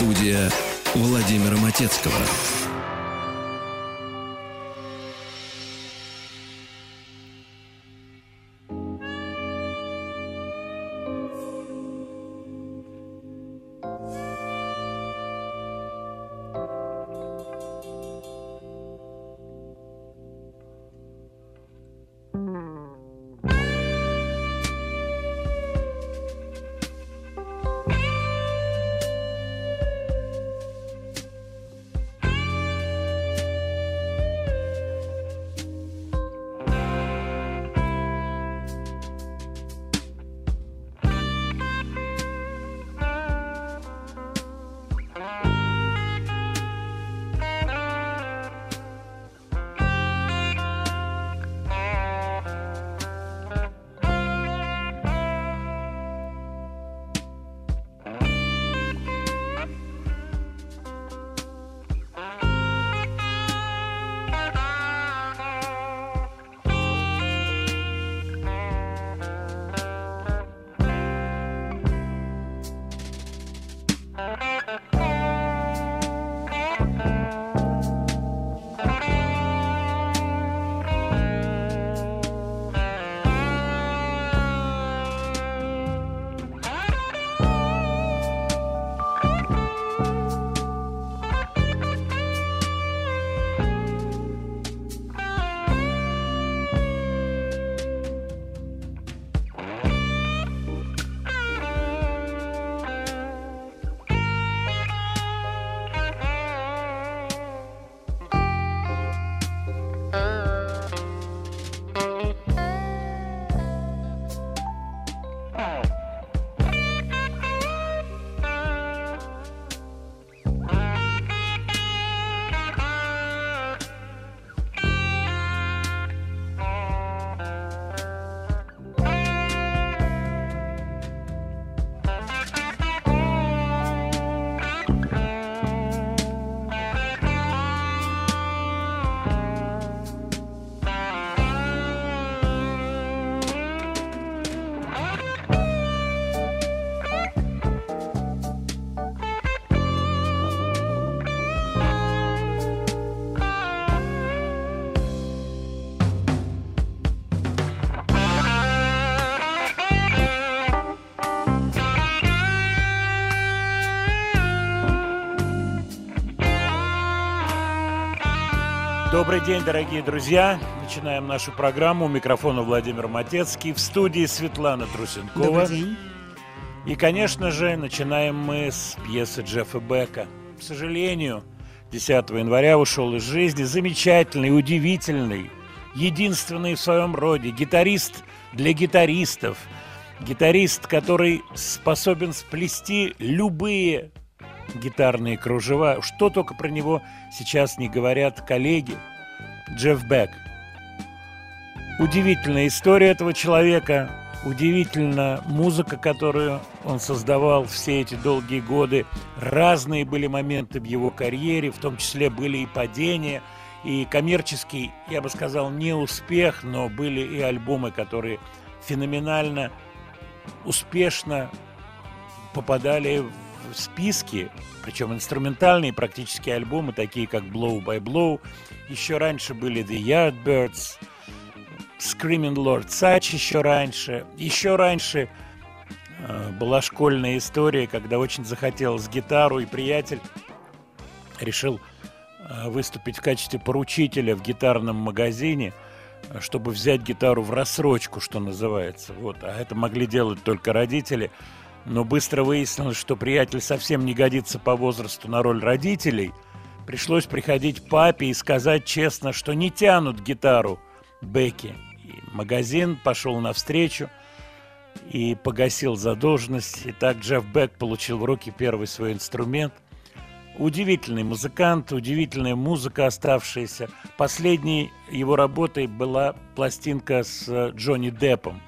Студия Владимира Матецкого. Добрый день, дорогие друзья. Начинаем нашу программу. У микрофона Владимир Матецкий. В студии Светлана Трусенкова. Добрый день. И, конечно же, начинаем мы с пьесы Джеффа Бека. К сожалению, 10 января ушел из жизни замечательный, удивительный, единственный в своем роде гитарист для гитаристов. Гитарист, который способен сплести любые гитарные кружева. Что только про него сейчас не говорят коллеги. Джефф Бек. Удивительная история этого человека, удивительна музыка, которую он создавал все эти долгие годы. Разные были моменты в его карьере, в том числе были и падения, и коммерческий, я бы сказал, неуспех, но были и альбомы, которые феноменально, успешно попадали в списки, причем инструментальные практически альбомы, такие как Blow by Blow. Еще раньше были The Yardbirds, Screaming Lord Sutch еще раньше. Еще раньше была школьная история, когда очень захотелось гитару, и приятель решил выступить в качестве поручителя в гитарном магазине, чтобы взять гитару в рассрочку, что называется. Вот. А это могли делать только родители. Но быстро выяснилось, что приятель совсем не годится по возрасту на роль родителей. Пришлось приходить папе и сказать честно, что не тянут гитару Бекки. И магазин пошел навстречу и погасил задолженность. И так Джефф Бек получил в руки первый свой инструмент. Удивительный музыкант, удивительная музыка оставшаяся. Последней его работой была пластинка с Джонни Деппом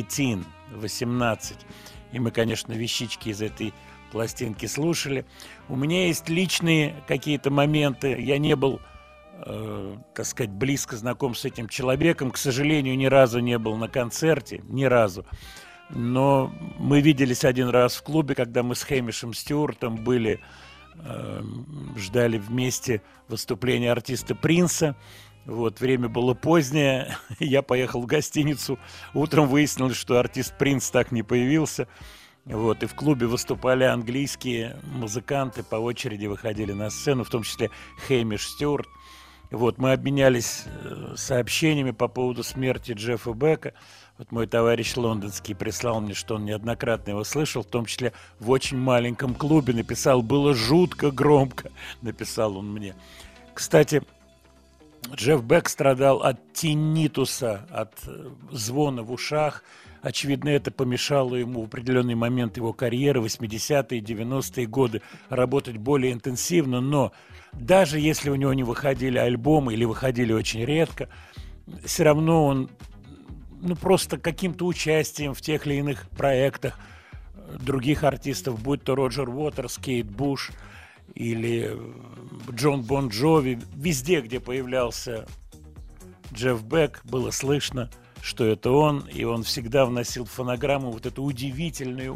«18». И мы, конечно, вещички из этой пластинки слушали. У меня есть личные какие-то моменты. Я не был, так сказать, близко знаком с этим человеком. К сожалению, ни разу не был на концерте. Ни разу. Но мы виделись один раз в клубе, когда мы с Хэмишем Стюартом были ждали вместе выступления артиста Принса. Вот, время было позднее, я поехал в гостиницу, утром выяснилось, что артист Принс так не появился. Вот, и в клубе выступали английские музыканты, по очереди выходили на сцену, в том числе Хэмиш Стюарт. Вот, мы обменялись сообщениями по поводу смерти Джеффа Бека. Вот мой товарищ лондонский прислал мне, что он неоднократно его слышал, в том числе в очень маленьком клубе. Написал, было жутко громко, написал он мне. Кстати, Джефф Бек страдал от тиннитуса, от звона в ушах. Очевидно, это помешало ему в определенный момент его карьеры, 80-е, 90-е годы, работать более интенсивно. Но даже если у него не выходили альбомы или выходили очень редко, все равно он просто каким-то участием в тех или иных проектах других артистов, будь то Роджер Уотерс, Кейт Буш или Джон Бон Джови, везде, где появлялся Джефф Бек, было слышно, что это он, и он всегда вносил в фонограмму вот эту удивительную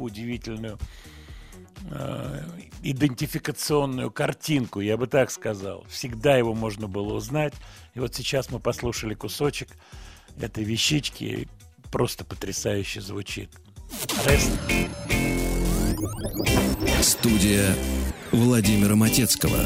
идентификационную картинку, я бы так сказал. Всегда его можно было узнать. И вот сейчас мы послушали кусочек этой вещички, просто потрясающе звучит. Рест. Студия Владимира Матецкого.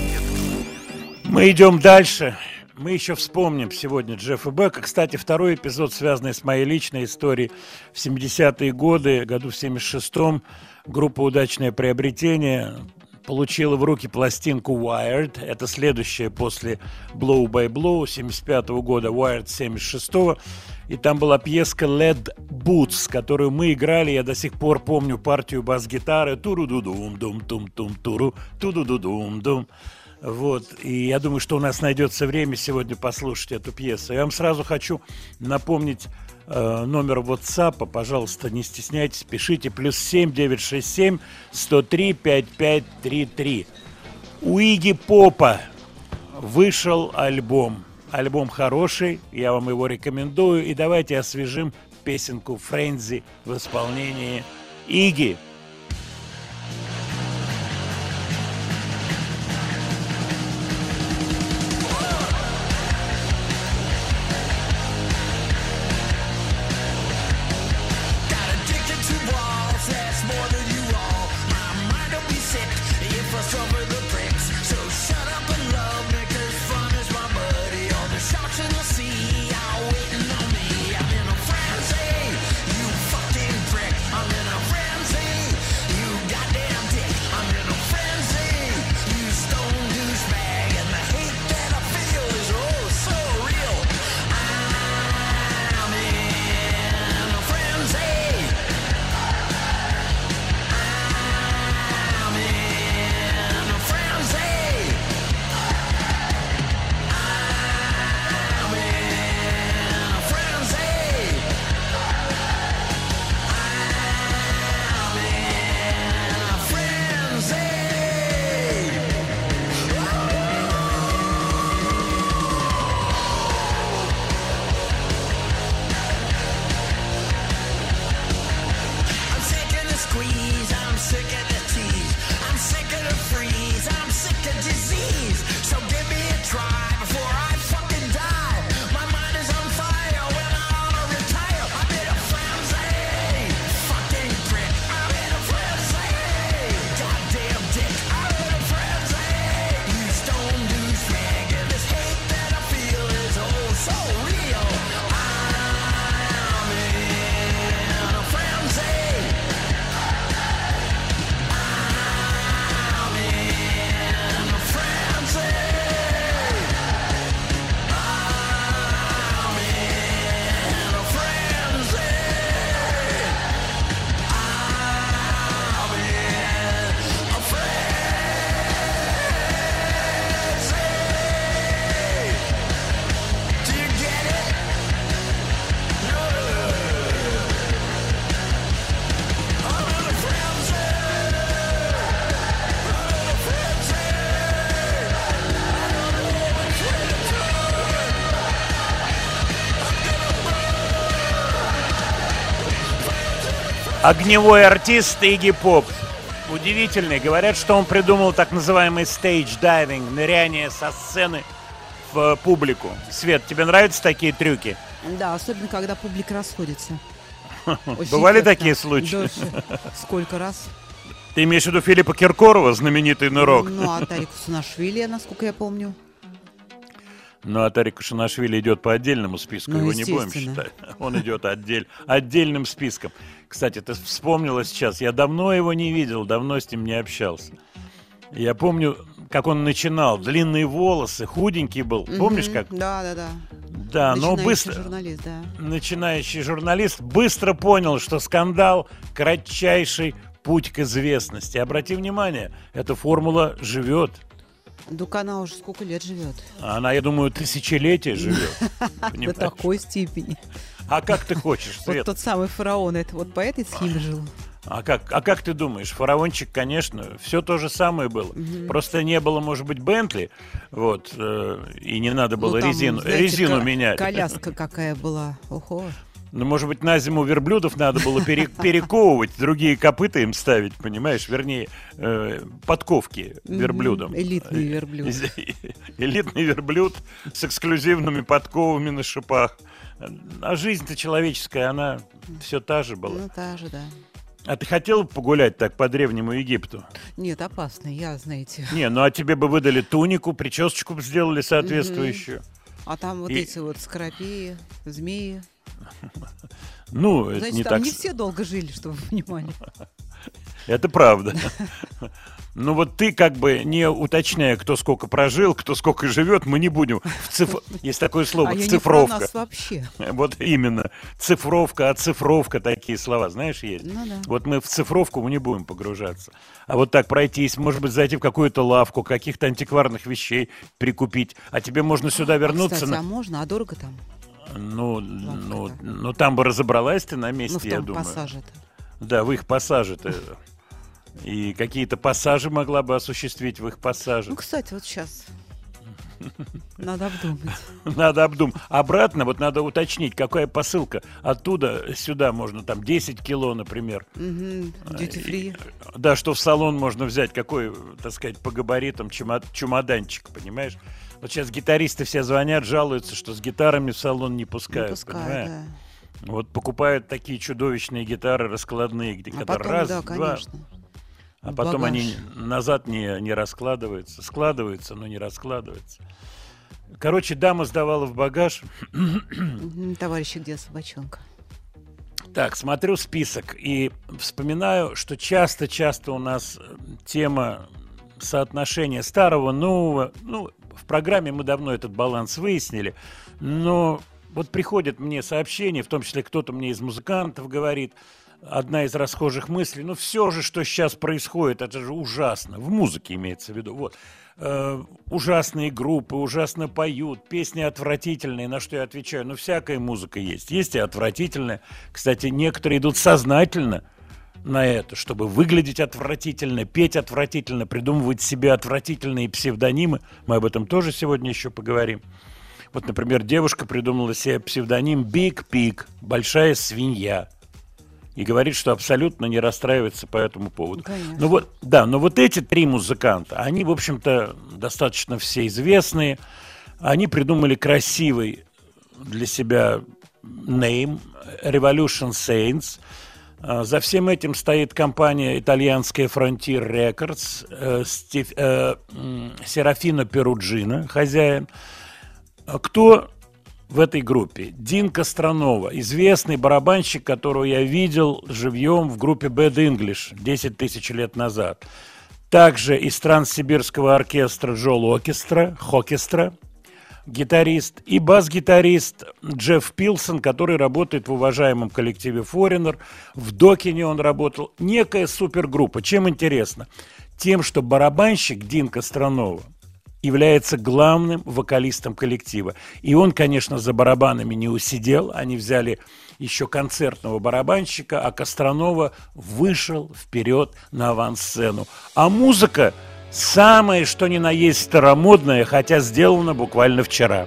Мы идем дальше. Мы еще вспомним сегодня Джеффа Бека. Кстати, второй эпизод, связанный с моей личной историей. В 70-е годы, году в 76-м, группа «Удачное приобретение» получила в руки пластинку Wired. Это следующее после Blow by Blow 75-го года, Wired 76-го. И там была пьеска Lead Boots, которую мы играли. Я до сих пор помню партию бас-гитары. Туру-ду-дум-дум-тум-туру, ту-ду-ду-дум-дум. Вот, и я думаю, что у нас найдется время сегодня послушать эту пьесу. Я вам сразу хочу напомнить номер WhatsApp, пожалуйста, не стесняйтесь, пишите, +7 967 103 5533. У Игги Попа вышел альбом. Альбом хороший, я вам его рекомендую. И давайте освежим песенку «Френзи» в исполнении Игги. Огневой артист Игги Поп. удивительный. Говорят, что он придумал так называемый stage-diving, ныряние со сцены в публику. Свет, тебе нравятся такие трюки? Да, особенно когда публика расходится. Бывали такие случаи? Сколько раз? Ты имеешь в виду Филиппа Киркорова, знаменитый нырок? Ну, а Тарик Кушанашвили, насколько я помню. Ну, а Тарик Кушанашвили идет по отдельному списку, его не будем считать. Он идет отдельным списком. Кстати, ты вспомнила сейчас, я давно его не видел, давно с ним не общался. Я помню, как он начинал, длинные волосы, худенький был. Помнишь, как? Да. Да, но быстро... журналист, да. Начинающий журналист быстро понял, что скандал – кратчайший путь к известности. Обрати внимание, эта формула живет. Так она уже сколько лет живет? Она, я думаю, тысячелетия живет. До такой степени. А как ты хочешь, Свет? Вот тот самый фараон, это вот по этой схеме жил? А как ты думаешь? Фараончик, конечно, все то же самое было. Просто не было, может быть, Бентли, вот, и не надо было там, резину менять. Коляска какая была, ого. Ну, может быть, на зиму верблюдов надо было перековывать, другие копыта им ставить, понимаешь? Вернее, подковки верблюдам. Элитный верблюд. Элитный верблюд с эксклюзивными подковами на шипах. А жизнь-то человеческая, она все та же была. Ну, та же, да. А ты хотел бы погулять так по Древнему Египту? Нет, опасно, я, знаете. Не, ну а тебе бы выдали тунику, прическу бы сделали соответствующую. А там вот эти вот скоропеи, змеи. Ну, знаете, это не там так... не все долго жили, чтобы вы понимали. Это правда. Ну вот ты как бы не уточняя, кто сколько прожил, кто сколько живет, мы не будем. Есть такое слово цифровка. А я не про нас вообще. Вот именно. Цифровка, оцифровка, такие слова, знаешь, есть. Ну, да. Вот мы в цифровку мы не будем погружаться. А вот так пройтись, может быть, зайти в какую-то лавку, каких-то антикварных вещей прикупить. А тебе можно сюда вернуться. Кстати, а можно? А дорого там? Ну, там бы разобралась ты на месте, я думаю. В пассаже-то. Да, в их пассаже-то. И какие-то пассажи могла бы осуществить в их пассаже. Ну, кстати, вот сейчас надо обдумать. Надо обдумать. Обратно вот надо уточнить, какая посылка. Оттуда сюда можно там 10 кило, например. Duty free. Да, что в салон можно взять, какой, так сказать, по габаритам чемоданчик, понимаешь? Вот сейчас гитаристы все звонят, жалуются, что с гитарами в салон не пускают, понимаешь? Да. Вот покупают такие чудовищные гитары раскладные, где когда потом, раз, да, два, конечно. а потом они назад не раскладываются, складываются, но не раскладываются. Короче, дама сдавала в багаж. Товарищи, где собачонка? Так, смотрю список и вспоминаю, что часто у нас тема соотношения старого, нового. Ну, в программе мы давно этот баланс выяснили, но вот приходят мне сообщения, в том числе кто-то мне из музыкантов говорит, одна из расхожих мыслей, ну все же, что сейчас происходит, это же ужасно, в музыке имеется в виду, вот. Ужасные группы, ужасно поют, песни отвратительные, на что я отвечаю, ну всякая музыка есть и отвратительная. Кстати, некоторые идут сознательно на это, чтобы выглядеть отвратительно, петь отвратительно, придумывать себе отвратительные псевдонимы. Мы об этом тоже сегодня еще поговорим. Вот, например, девушка придумала себе псевдоним Big Pig, большая свинья. И говорит, что абсолютно не расстраивается по этому поводу. Конечно. Но вот эти три музыканта, они, в общем-то, достаточно все известные. Они придумали красивый для себя name Revolution Saints. За всем этим стоит компания итальянская Frontier Records, Серафино Перуджино, хозяин. Кто в этой группе? Дин Костронова, известный барабанщик, которого я видел живьем в группе Bad English 10 тысяч лет назад. Также из Транссибирского оркестра Джо Хокестра, гитарист, и бас-гитарист Джефф Пилсон, который работает в уважаемом коллективе Foreigner. В Докине он работал. Некая супергруппа. Чем интересно? Тем, что барабанщик Дин Костронова является главным вокалистом коллектива. И он, конечно, за барабанами не усидел. Они взяли еще концертного барабанщика, а Костронова вышел вперед на авансцену. А музыка самое, что ни на есть старомодная, хотя сделана буквально вчера.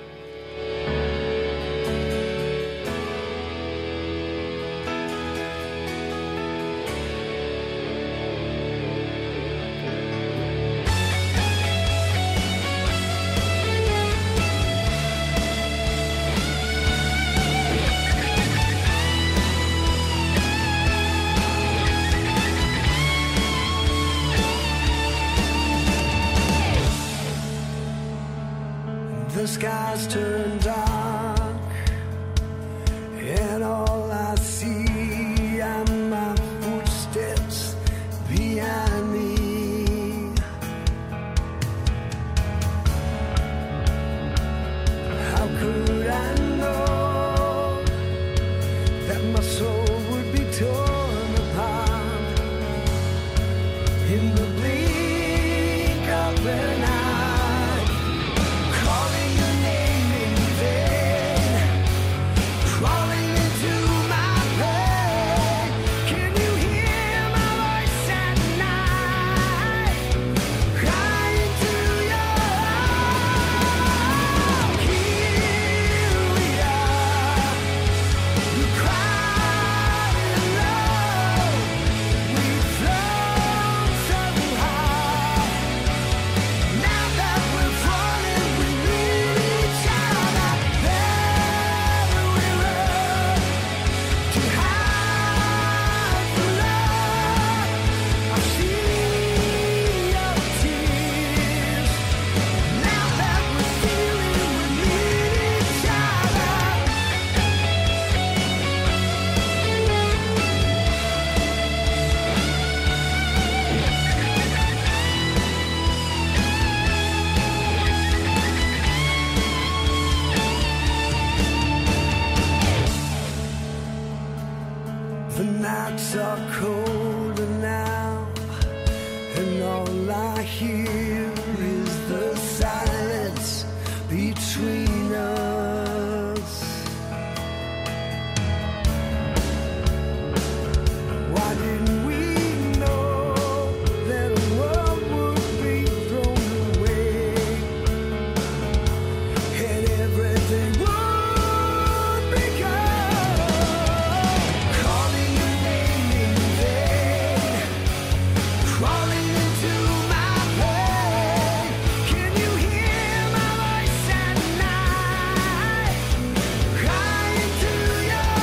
my soul would be torn apart in the blink of an eye, calling your name in vain, crawling into my brain. Can you hear my voice at night, crying to your heart? Here we are, we cry alone, we've flown so high. Now that we're falling, we need each other. There we run to hide the love. I see your tears. Now that we're feeling, we need each other. The nights are colder now, and all I hear is the silence between us. Why didn't we know that a world would be thrown away and everything would be gone? Calling your name in vain, crawling into my brain. Can you hear my voice at night, crying to your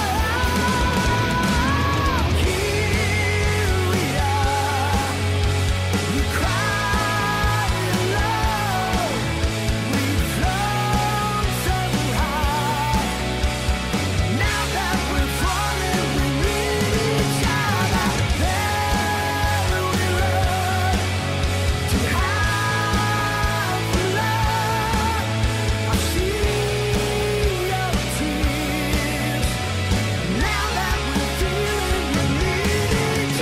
heart? Here we are, we cry alone, we've flown so high. Now that we're falling, we need each other. There we run to hide the love. I see your tears. Now that we're feeling, we need each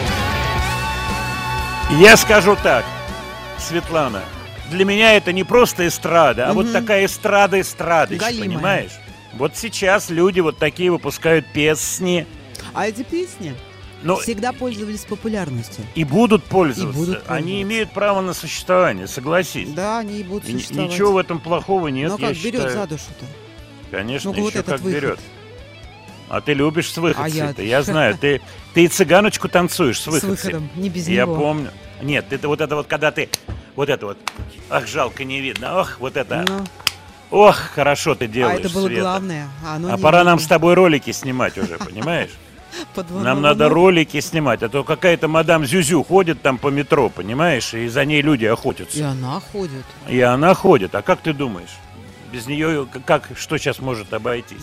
other. Я скажу так, Светлана, для меня это не просто эстрада, а вот такая эстрада-эстрадыч, Галимая. понимаешь? Вот сейчас люди вот такие выпускают песни, А эти песни ну, всегда пользовались популярностью. и будут пользоваться. И будут Они пользоваться. имеют право на существование, согласись. Да, они и будут И существовать. ничего в этом плохого нет, Но я как берет считаю. за душу-то? Конечно, Ну-ка, вот еще этот как выход. берет. А ты любишь с выходцей-то, я- я знаю. Ты и цыганочку танцуешь с С выходцей. выходом, не без Я него. помню. Нет, это вот, когда ты... Вот это вот. Ах, жалко, не видно. Ох, вот это. Ну, Ох, хорошо ты а делаешь, это было Света. главное. Оно А не пора нам видно. с тобой ролики снимать уже, понимаешь? Под Нам звонок. надо ролики снимать, а то какая-то мадам Зюзю ходит там по метро, понимаешь, и за ней люди И охотятся. она ходит. И она ходит. А как ты думаешь? Без нее что сейчас может обойтись?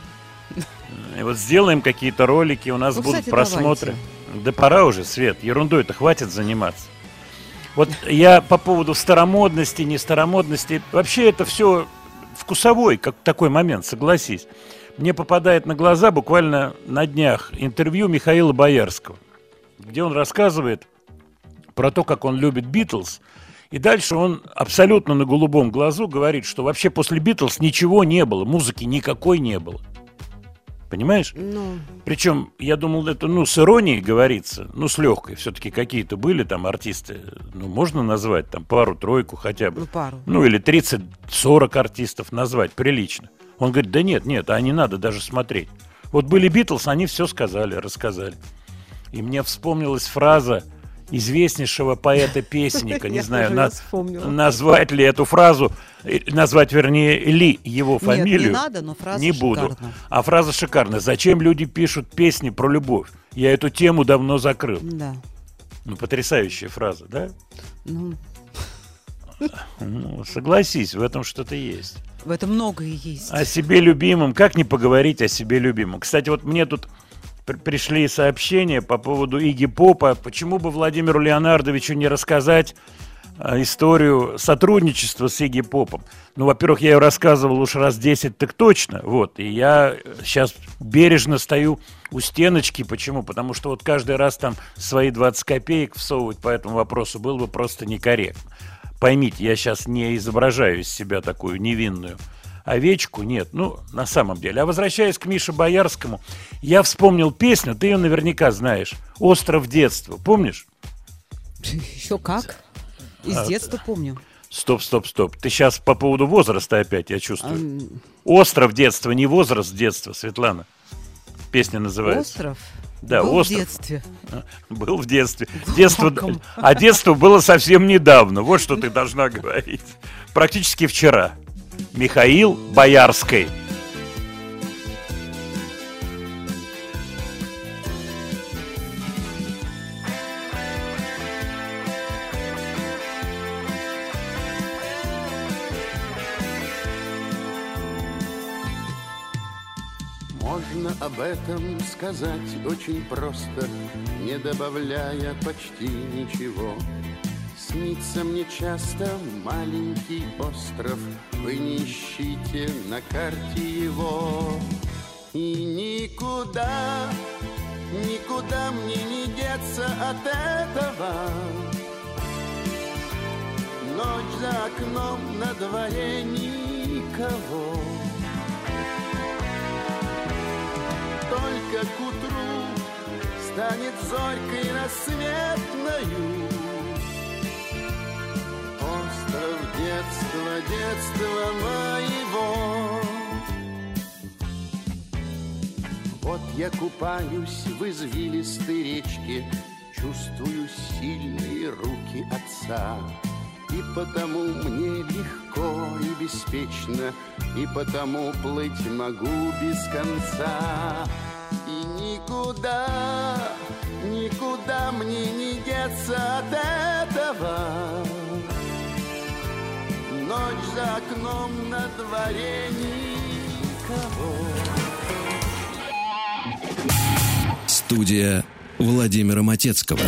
И вот сделаем какие-то ролики, у нас Ну, будут кстати, просмотры. Да пора уже, Свет, ерундой-то хватит заниматься. Вот я по поводу старомодности, не старомодности, вообще это все вкусовой, как такой момент, согласись. Мне попадает на глаза буквально на днях интервью Михаила Боярского, где он рассказывает про то, как он любит Битлз, и дальше он абсолютно на голубом глазу говорит, что вообще после Битлз ничего не было, музыки никакой не было. Понимаешь? Ну, Причем, я думал, это, с иронией говорится, с легкой. Все-таки какие-то были там артисты, можно назвать там пару-тройку хотя бы. пару. Или 30-40 артистов назвать прилично. Он говорит, да нет, а не надо даже смотреть. Вот были Битлз, они все сказали, рассказали. И мне вспомнилась фраза известнейшего поэта-песенника, не Я знаю, тоже её вспомнила. назвать ли эту фразу, назвать, вернее, ли его фамилию. Нет, не надо, но фраза не буду. шикарна. А фраза шикарная. Зачем люди пишут песни про любовь? Я эту тему давно закрыл. Да. Потрясающая фраза, да? Ну, Согласись, в этом что-то есть. в этом многое есть. О себе любимом. Как не поговорить о себе любимом? Кстати, вот мне тут пришли сообщения по поводу Игги Попа. Почему бы Владимиру Леонардовичу не рассказать историю сотрудничества с Игги Попом. Ну, во-первых, я ее рассказывал уж раз 10, так точно. Вот. И я сейчас бережно стою у стеночки. Почему? Потому что вот каждый раз там свои 20 копеек всовывать по этому вопросу было бы просто некорректно. Поймите, я сейчас не изображаю из себя такую невинную овечку, нет, ну, на самом деле. А возвращаясь к Мише Боярскому, я вспомнил песню, ты ее наверняка знаешь, «Остров детства», помнишь? Еще как? Из детства помню. Стоп. Ты сейчас по поводу возраста опять, я чувствую. «Остров детства», не возраст детства, Светлана. Песня называется. Остров? Да, Был остров. в детстве. Был в детстве. А детство было совсем недавно. Вот что ты должна говорить. Практически вчера. Михаил Боярский. Можно об этом сказать очень просто, не добавляя почти ничего. Снится мне часто маленький остров, вы не ищите на карте его. И никуда мне не деться от этого. Ночь за окном, на дворе никого. Только к утру станет зорькой рассветною. Остров детства моего. Вот я купаюсь в извилистой речке, чувствую сильные руки отца. И потому мне легко и беспечно, и потому плыть могу без конца. И никуда мне не деться от этого. Ночь за окном, на дворе никого. Студия Владимира Матецкого.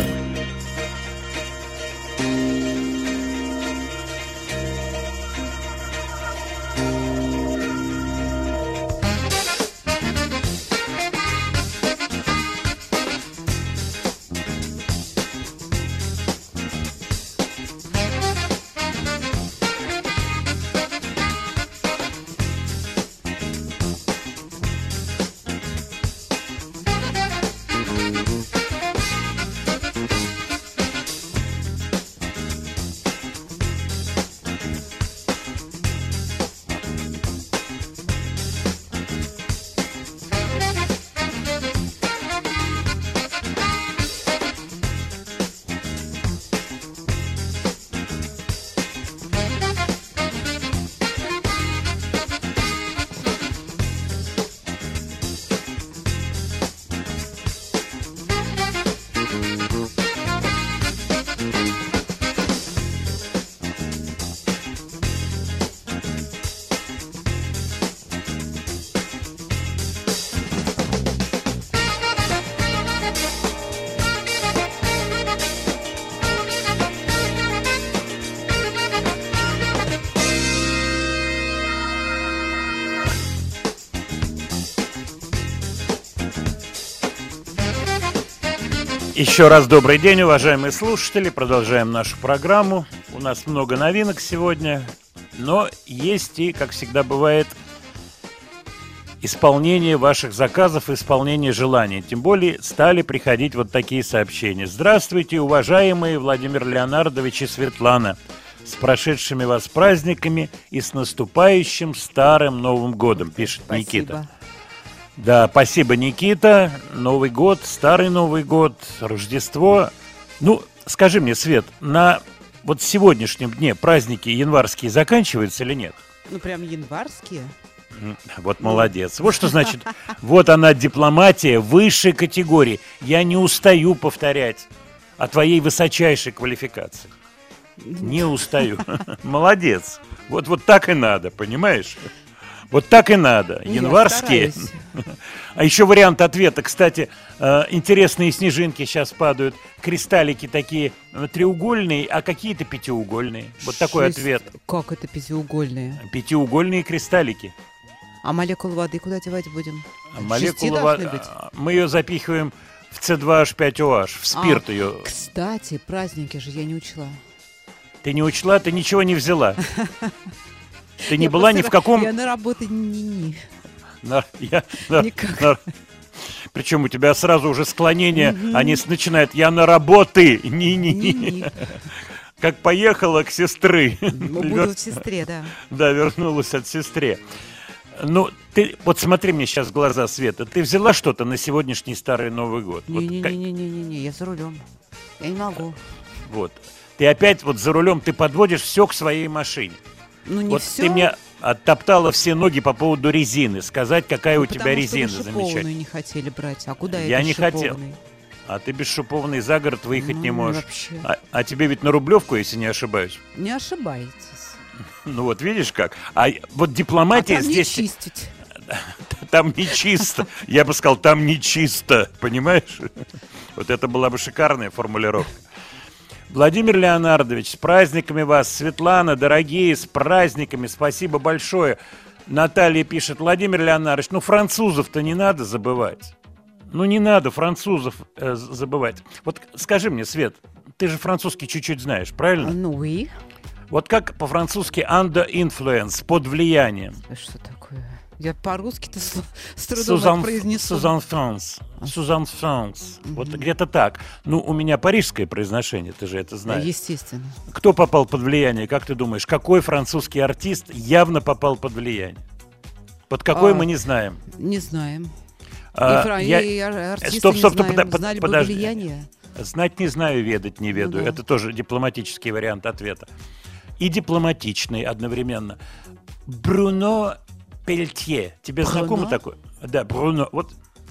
Еще раз добрый день, уважаемые слушатели. Продолжаем нашу программу. У нас много новинок сегодня, но есть и, как всегда бывает, исполнение ваших заказов, исполнение желаний. Тем более стали приходить вот такие сообщения. Здравствуйте, уважаемые Владимир Леонардович и Светлана. С прошедшими вас праздниками и с наступающим Старым Новым годом, пишет Спасибо. Никита. Да, спасибо, Никита. Новый год, Старый Новый год, Рождество. Ну, скажи мне, Свет, на вот сегодняшнем дне праздники январские заканчиваются или нет? Ну, прям январские. Вот молодец. Вот что значит, вот она дипломатия высшей категории. Я не устаю повторять о твоей высочайшей квалификации. Не устаю. Молодец. Вот так и надо, понимаешь? Вот так и надо. Ну, я Январские. стараюсь. А еще вариант ответа. Кстати, интересные снежинки сейчас падают. Кристаллики такие треугольные, а какие-то пятиугольные. Вот такой 6. ответ. Как это пятиугольные? Пятиугольные кристаллики. А молекулу воды куда девать будем? А Шести молекула должны быть. мы ее запихиваем в C2H5OH, в спирт ее. Кстати, праздники же я не учла. Ты не учла, ты ничего не взяла. Ты не Я была просто ни в каком... Я на работе не. Никак. Причем у тебя сразу уже склонение, они начинают «я на работы». Не. Как поехала к сестры. Буду в сестре, да. Да, вернулась от сестре. Ну, ты вот смотри мне сейчас в глаза, Света. Ты взяла что-то на сегодняшний Старый Новый год? Вот Не, я за рулем. Я не могу. Вот. Ты опять вот за рулем, ты подводишь все к своей машине. Ну, не Вот все. ты мне оттоптала все ноги по поводу резины. Сказать, какая у тебя резина замечательная. Шипованную не хотели брать. А куда Я это не хотел. шипованный? А ты без шипованной за город выехать не можешь. Вообще. А тебе ведь на Рублевку, если не ошибаюсь. Не ошибаетесь. Ну вот видишь как. А вот дипломатия там здесь... не чистить. Там не чисто. Я бы сказал, там не чисто. Понимаешь? Вот это была бы шикарная формулировка. Владимир Леонардович, с праздниками вас. Светлана, дорогие, с праздниками. Спасибо большое. Наталья пишет: Владимир Леонардович, ну французов-то не надо забывать. Ну не надо французов забывать. Вот скажи мне, Свет, ты же французский чуть-чуть знаешь, правильно? Ну и? Вот как по-французски under influence, под влиянием. Что такое? Я по-русски-то с трудом это произнесу. Сузан Франс. Вот где-то так. Ну, у меня парижское произношение, ты же это знаешь. Естественно. Кто попал под влияние, как ты думаешь? Какой французский артист явно попал под влияние? Вот какой мы не знаем. Не знаем. Я- И артисты Стоп, не знаем. Знали бы подожди. влияние. Знать не знаю, ведать не ведаю. Ну да. Это тоже дипломатический вариант ответа. И дипломатичный одновременно. Бруно Пельтье. Тебе Бруно? знакомо такой? Да, Бруно. Вот.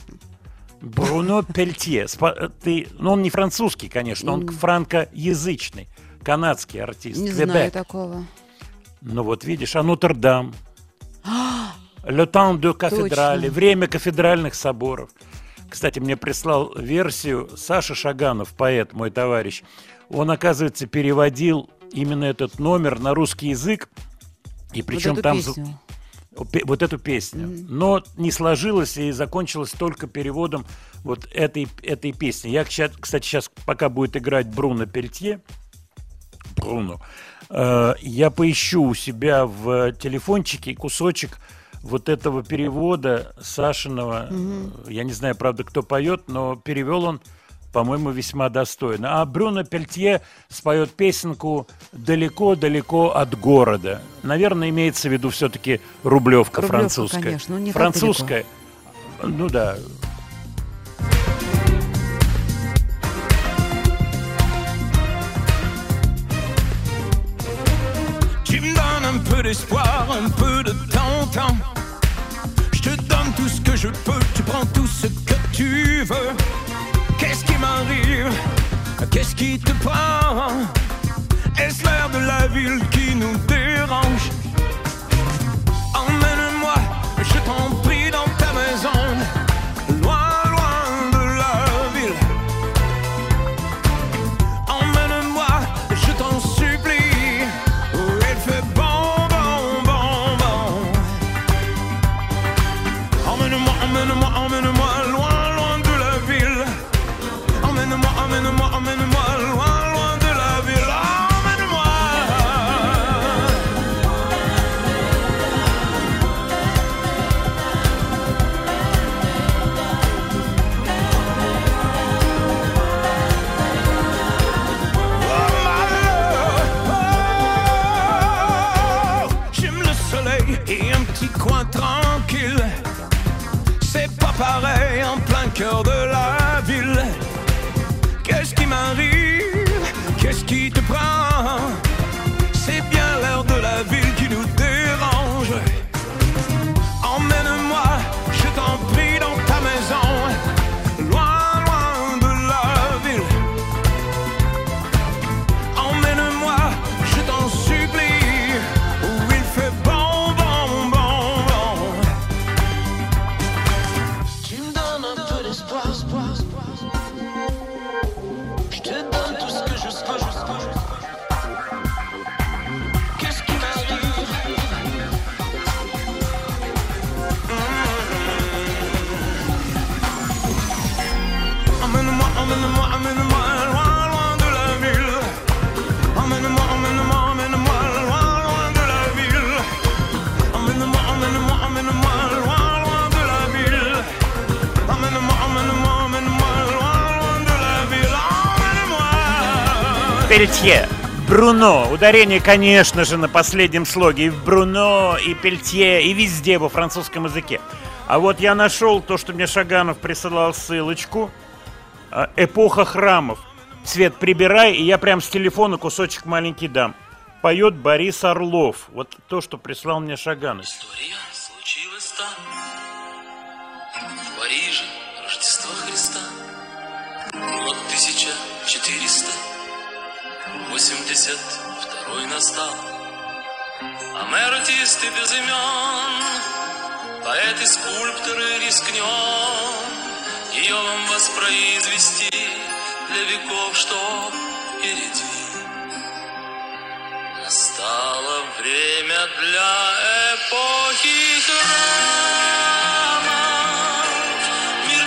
Бруно Пельтье. Ну, он не французский, конечно, он франкоязычный. Канадский артист. Не Квебек. знаю такого. Ну вот видишь, а Нотр-Дам. Le temps de cathédrale. Время кафедральных соборов. Кстати, мне прислал версию Саша Шаганов, поэт, мой товарищ. Он, оказывается, переводил именно этот номер на русский язык. И причем вот эту там... песню. Вот эту песню. Но не сложилось и закончилось только переводом вот этой песни. Я, кстати, сейчас, пока будет играть Бруно Пельтье, я поищу у себя в телефончике кусочек вот этого перевода Сашиного. Я не знаю, правда, кто поет, но перевел он, по-моему, весьма достойно. А Бруно Пельтье споет песенку «Далеко-далеко от города». Наверное, имеется в виду все-таки Рублевка французская. Конечно, ну не так французская. Ну да. Tu me donnes un peu d'espoir, un peu de temps. Je te donne tout ce que je peux, tu prends tout ce que tu veux. Qu'est-ce qui m'arrive? Qu'est-ce qui te prend? Est-ce l'air de la ville qui nous dérange? Emmène-moi, je t'en prie, dans ta maison, loin, loin de la ville. Emmène-moi, je t'en supplie, où il fait bon, bon, bon, bon. Emmène-moi, emmène-moi, emmène-moi, loin, loin de la ville. Emmène-moi, emmène-moi, emmène-moi, loin, loin de la ville. Emmène-moi. J'aime le soleil et un petit coin tranquille. C'est pas pareil en plein cœur de la ville. Qu'est-ce qui m'arrive? Qu'est-ce qui te prend? C'est bien l'air de la ville qui nous dérange. Emmène-moi, je t'en prie, dans ta maison, loin, loin de la ville. Emmène-moi, je t'en supplie, où il fait bon, bon, bon, bon. espoir. Je te donne tout ce que je peux. Qu'est-ce qui m'arrive? Emmène-moi, loin de la ville. Emmène-moi, loin de la ville. Emmène-moi, loin de la ville. Emmène-moi, loin de la ville. Emmène-moi. Пельтье. Бруно. Ударение, конечно же, на последнем слоге. И в Бруно, и Пельтье, и везде во французском языке. А вот я нашел то, что мне Шаганов присылал ссылочку. «Эпоха храмов». Свет, прибирай, и я прям с телефона кусочек маленький дам. Поет Борис Орлов. Вот то, что прислал мне Шаганов. История случилась там, в Париже, Рождество Христа. Год 1482 настал. А мэр артисты без имен, поэт и скульптор рискнем ее вам воспроизвести для веков, что впереди. Настало время для эпохи храмов. Мир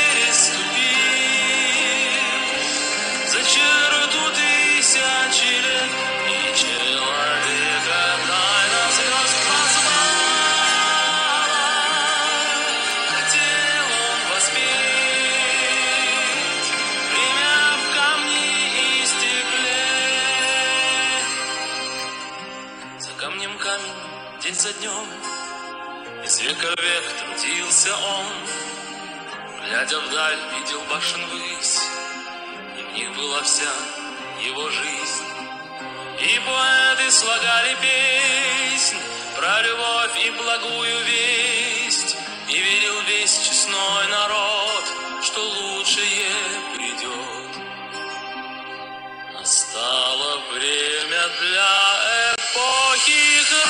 переступил за черту тысячи лет, и человека тайна звезд позвала. Хотел он воспеть, время в камне и стекле. За камнем камень, день за днем, из века в век трудился он. Глядя вдаль, видел башен высь, и в них была вся его жизнь. И поэты слагали песнь про любовь и благую весть, и верил весь честной народ, что лучшее придет. Настало время для эпохи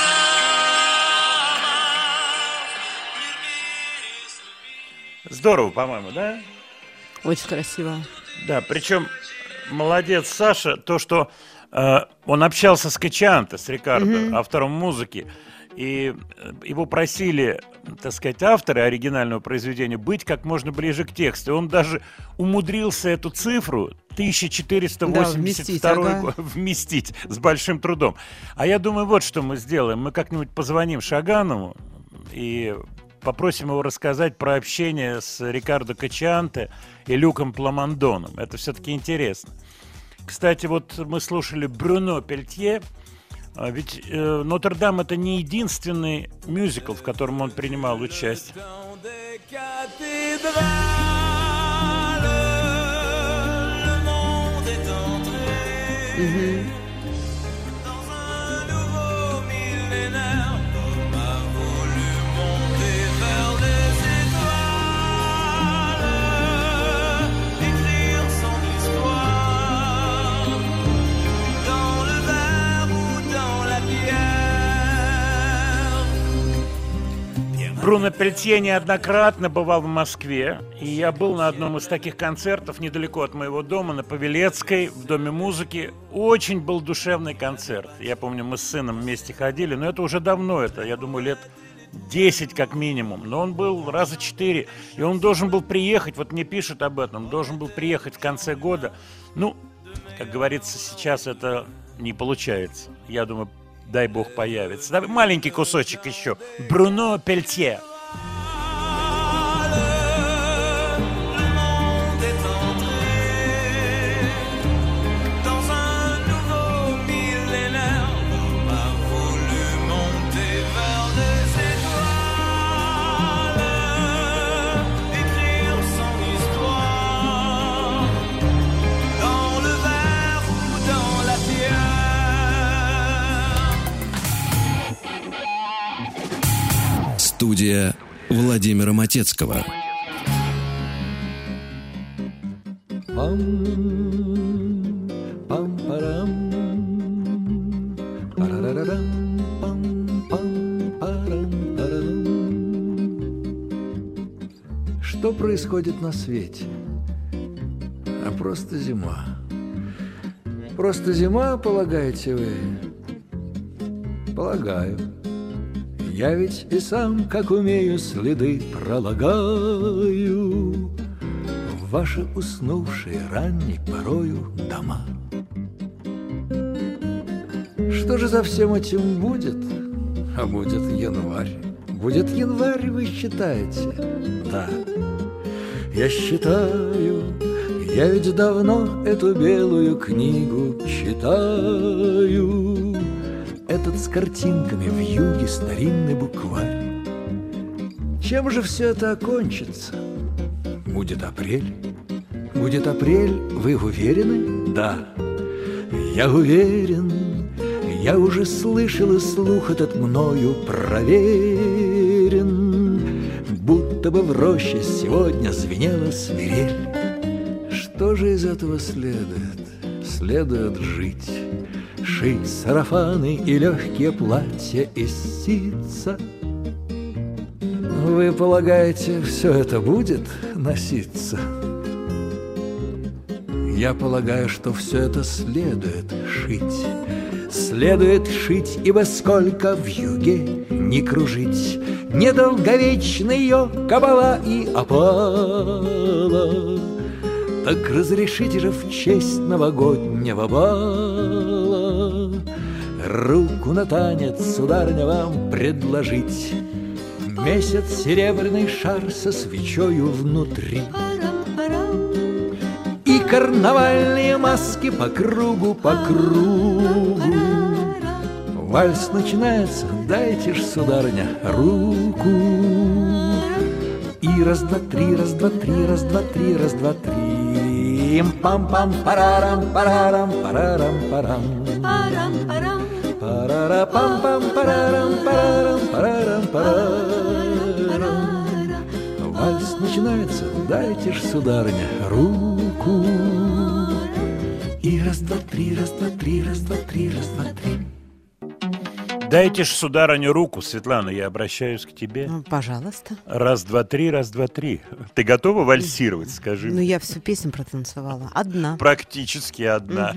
храмов. Мир переступил. Здорово, по-моему, да? Очень красиво. Да, причем молодец Саша, то, что он общался с Кочианте, с Рикардо, автором музыки, и его просили, так сказать, авторы оригинального произведения быть как можно ближе к тексту. И он даже умудрился эту цифру 1482 вместить с большим трудом. А я думаю, вот что мы сделаем. Мы как-нибудь позвоним Шаганову и попросим его рассказать про общение с Рикардо Кочианте и Люком Пламондоном. Это все-таки интересно. Кстати, вот мы слушали Бруно Пельтье. Ведь «Нотр-Дам» — это не единственный мюзикл, в котором он принимал участие. Бруно Пельтье неоднократно бывал в Москве, и я был на одном из таких концертов недалеко от моего дома, на Павелецкой, в Доме музыки. Очень был душевный концерт. Я помню, мы с сыном вместе ходили, но это уже давно, это, я думаю, лет 10 как минимум. Но он был раза 4, и он должен был приехать, вот мне пишут об этом, должен был приехать в конце года. Ну, как говорится, сейчас это не получается. Я думаю, дай бог появится. Давай маленький кусочек еще. Бруно Пельтье. Студия Владимира Матецкого. Чтоб происходит на свете, а просто зима. Просто зима, полагаете вы? Полагаю. Я ведь и сам, как умею, следы пролагаю в ваши уснувшие ранней порою дома. Что же за всем этим будет? А будет январь. Будет январь, вы считаете? Да. Я считаю, я ведь давно эту белую книгу читаю. Этот с картинками в юге старинный букварь. Чем же все это окончится? Будет апрель. Будет апрель, вы уверены? Да. Я уверен. Я уже слышал, и слух этот мною проверен, будто бы в роще сегодня звенела свирель. Что же из этого следует? Следует жить, шить сарафаны и легкие платья из ситца. Вы полагаете, все это будет носиться? Я полагаю, что все это следует шить. Следует шить, ибо сколько в юге не кружить, недолговечна ее кабала и опала. Так разрешите же в честь новогоднего бала руку на танец, сударыня, вам предложить. Месяц серебряный шар со свечою внутри и карнавальные маски по кругу, по кругу. Вальс начинается, дайте ж, сударыня, руку. И раз, два, три, раз, два, три, раз, два, три, раз, два, три. Пам-пам, парарам, парарам, парарам, парам. Парара-пам-пам, парарам, парарам, парарам, парарам. Вальс начинается, дайте ж, сударыня, руку. И раз, два, три, раз, два, три, раз, два, три, раз, два, три. Дайте ж, сударыня, руку, Светлана, я обращаюсь к тебе. Ну, пожалуйста. Раз, два, три, раз, два, три. Ты готова вальсировать, скажи? Ну, я всю песню протанцевала. Одна. Практически одна.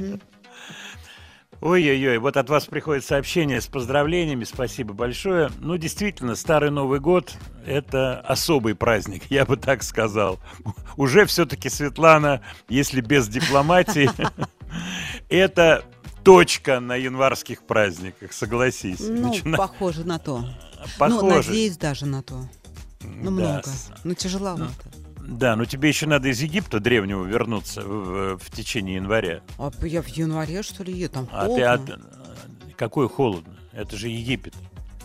Ой-ой-ой, вот от вас приходит сообщение с поздравлениями, спасибо большое. Ну, действительно, Старый Новый год – это особый праздник, я бы так сказал. Уже все-таки, Светлана, если без дипломатии, это точка на январских праздниках, согласись. Ну, похоже на то. Похоже. Ну, надеюсь даже на то. Ну, Да. много. Ну, тяжеловато. Да, но тебе еще надо из Египта древнего вернуться в течение января. А я в январе, что ли, еду? Там А холодно. какой холодно? Это же Египет.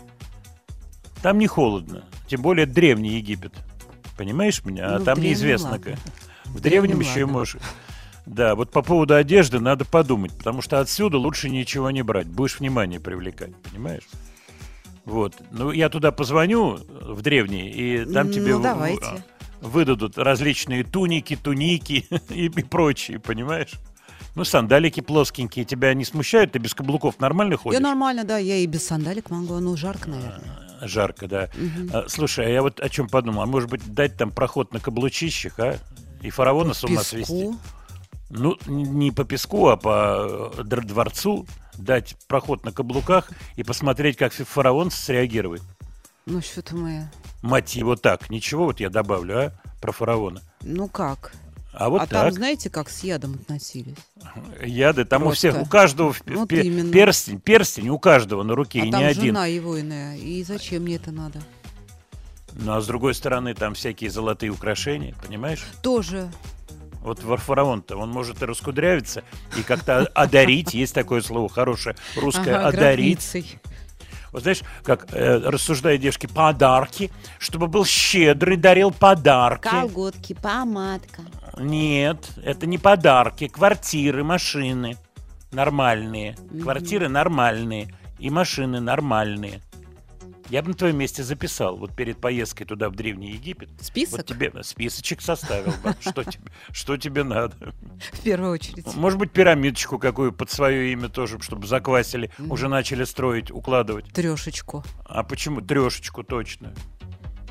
Там не холодно. Тем более древний Египет. Понимаешь меня? А Ну, в там древнем неизвестно ладно. как. В древнем еще и ладно. можешь. Да, вот по поводу одежды надо подумать, потому что отсюда лучше ничего не брать. Будешь внимание привлекать, понимаешь? Вот. Ну, я туда позвоню в древний, и там тебе Ну, давайте. выдадут различные туники и прочие, понимаешь? Ну, сандалики плоскенькие тебя не смущают? Ты без каблуков нормально ходишь? Я нормально, да, я и без сандалик могу, ну, жарко, наверное. Жарко, да. Слушай, а я вот о чем подумал. А может быть, дать там проход на каблучищах, а? И фараона с ума свести? Песку. Ну, не по песку, а по дворцу дать проход на каблуках и посмотреть, как фараон среагирует. Ну, что-то мы... Мать его так. Ничего вот я добавлю, а? Про фараона. Ну, как? А вот А так. там, знаете, как с ядом относились? Яды. Там Просто. у всех, у каждого Вот именно. перстень у каждого на руке, и там не один. жена его иная. И зачем мне это надо? Ну, а с другой стороны, там всякие золотые украшения, понимаешь? Тоже. Вот фараон-то, он может и раскудрявиться, и как-то одарить, есть такое слово хорошее русское, Ага, одарить. гробницей. Вот знаешь, как рассуждают девушки, подарки, чтобы был щедрый, дарил подарки. Колготки, помадка. Нет, это не подарки, квартиры, машины нормальные. Квартиры нормальные и машины нормальные. Я бы на твоем месте записал, вот перед поездкой туда, в Древний Египет. Список? Вот тебе списочек составил бы, что тебе надо. В первую очередь. Может быть, пирамидочку какую под свое имя тоже, чтобы заквасили, уже начали строить, укладывать. Трешечку. А почему? Трешечку точно.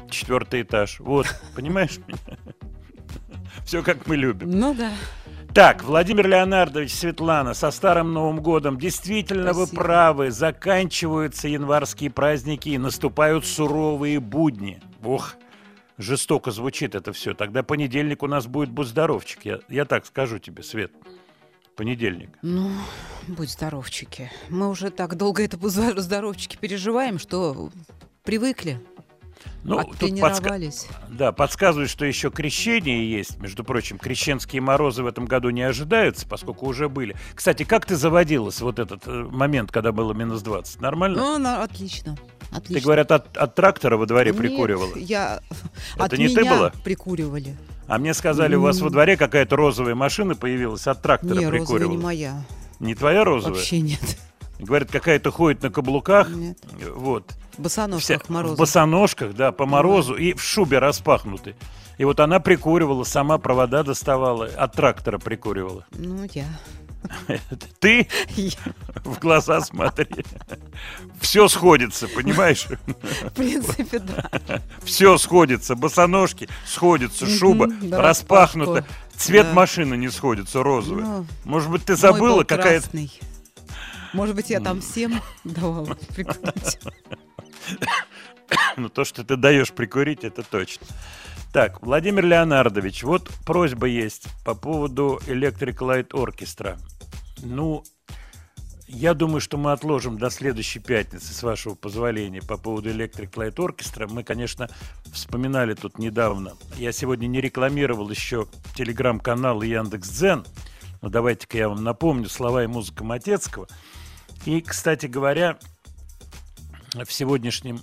4-й этаж. Вот, понимаешь меня? Все как мы любим. Ну да. Так, Владимир Леонардович, Светлана, со Старым Новым годом. Действительно, вы Спасибо. правы. Заканчиваются январские праздники и наступают суровые будни. Ох, жестоко звучит это все. Тогда понедельник у нас будет «Будь здоровчик». Я так скажу тебе, Свет. Понедельник. Ну, будь здоровчики. Мы уже так долго это здоровчики переживаем, что привыкли. Ну, Оттренировались. Да, подсказывают, что еще крещение есть. Между прочим, крещенские морозы в этом году не ожидаются, поскольку уже были. Кстати, как ты заводилась вот этот момент, когда было минус 20? Нормально? Ну, отлично. Отлично. Ты, говорят, от трактора во дворе Нет, прикуривала? Это от не меня ты была? Прикуривали. А мне сказали, у вас во дворе какая-то розовая машина появилась, от трактора Не, розовая прикуривала. не моя. Не твоя розовая? Вообще нет. Говорят, какая-то ходит на каблуках. Нет. Вот. В босоножках морозу. В босоножках, да, по морозу и в шубе распахнутой. И вот она прикуривала, сама провода доставала, от трактора прикуривала. Ну, я. Ты в глаза смотри. Все сходится, понимаешь? В принципе, да. Все сходится. Босоножки сходятся, шуба да, распахнута. распашку. Цвет Да. машины не сходится, розовый. Ну, Может быть, ты мой забыла, был какая-то... красный. Может быть, я там всем давала прикурить. Ну, то, что ты даешь прикурить, это точно. Так, Владимир Леонардович, вот просьба есть по поводу Electric Light Orchestra. Ну, я думаю, что мы отложим до следующей пятницы, с вашего позволения, по поводу Electric Light Orchestra. Мы, конечно, вспоминали тут недавно. Я сегодня не рекламировал еще телеграм-канал Яндекс.Дзен. Но давайте-ка я вам напомню слова и музыка Матецкого. И, кстати говоря, в сегодняшней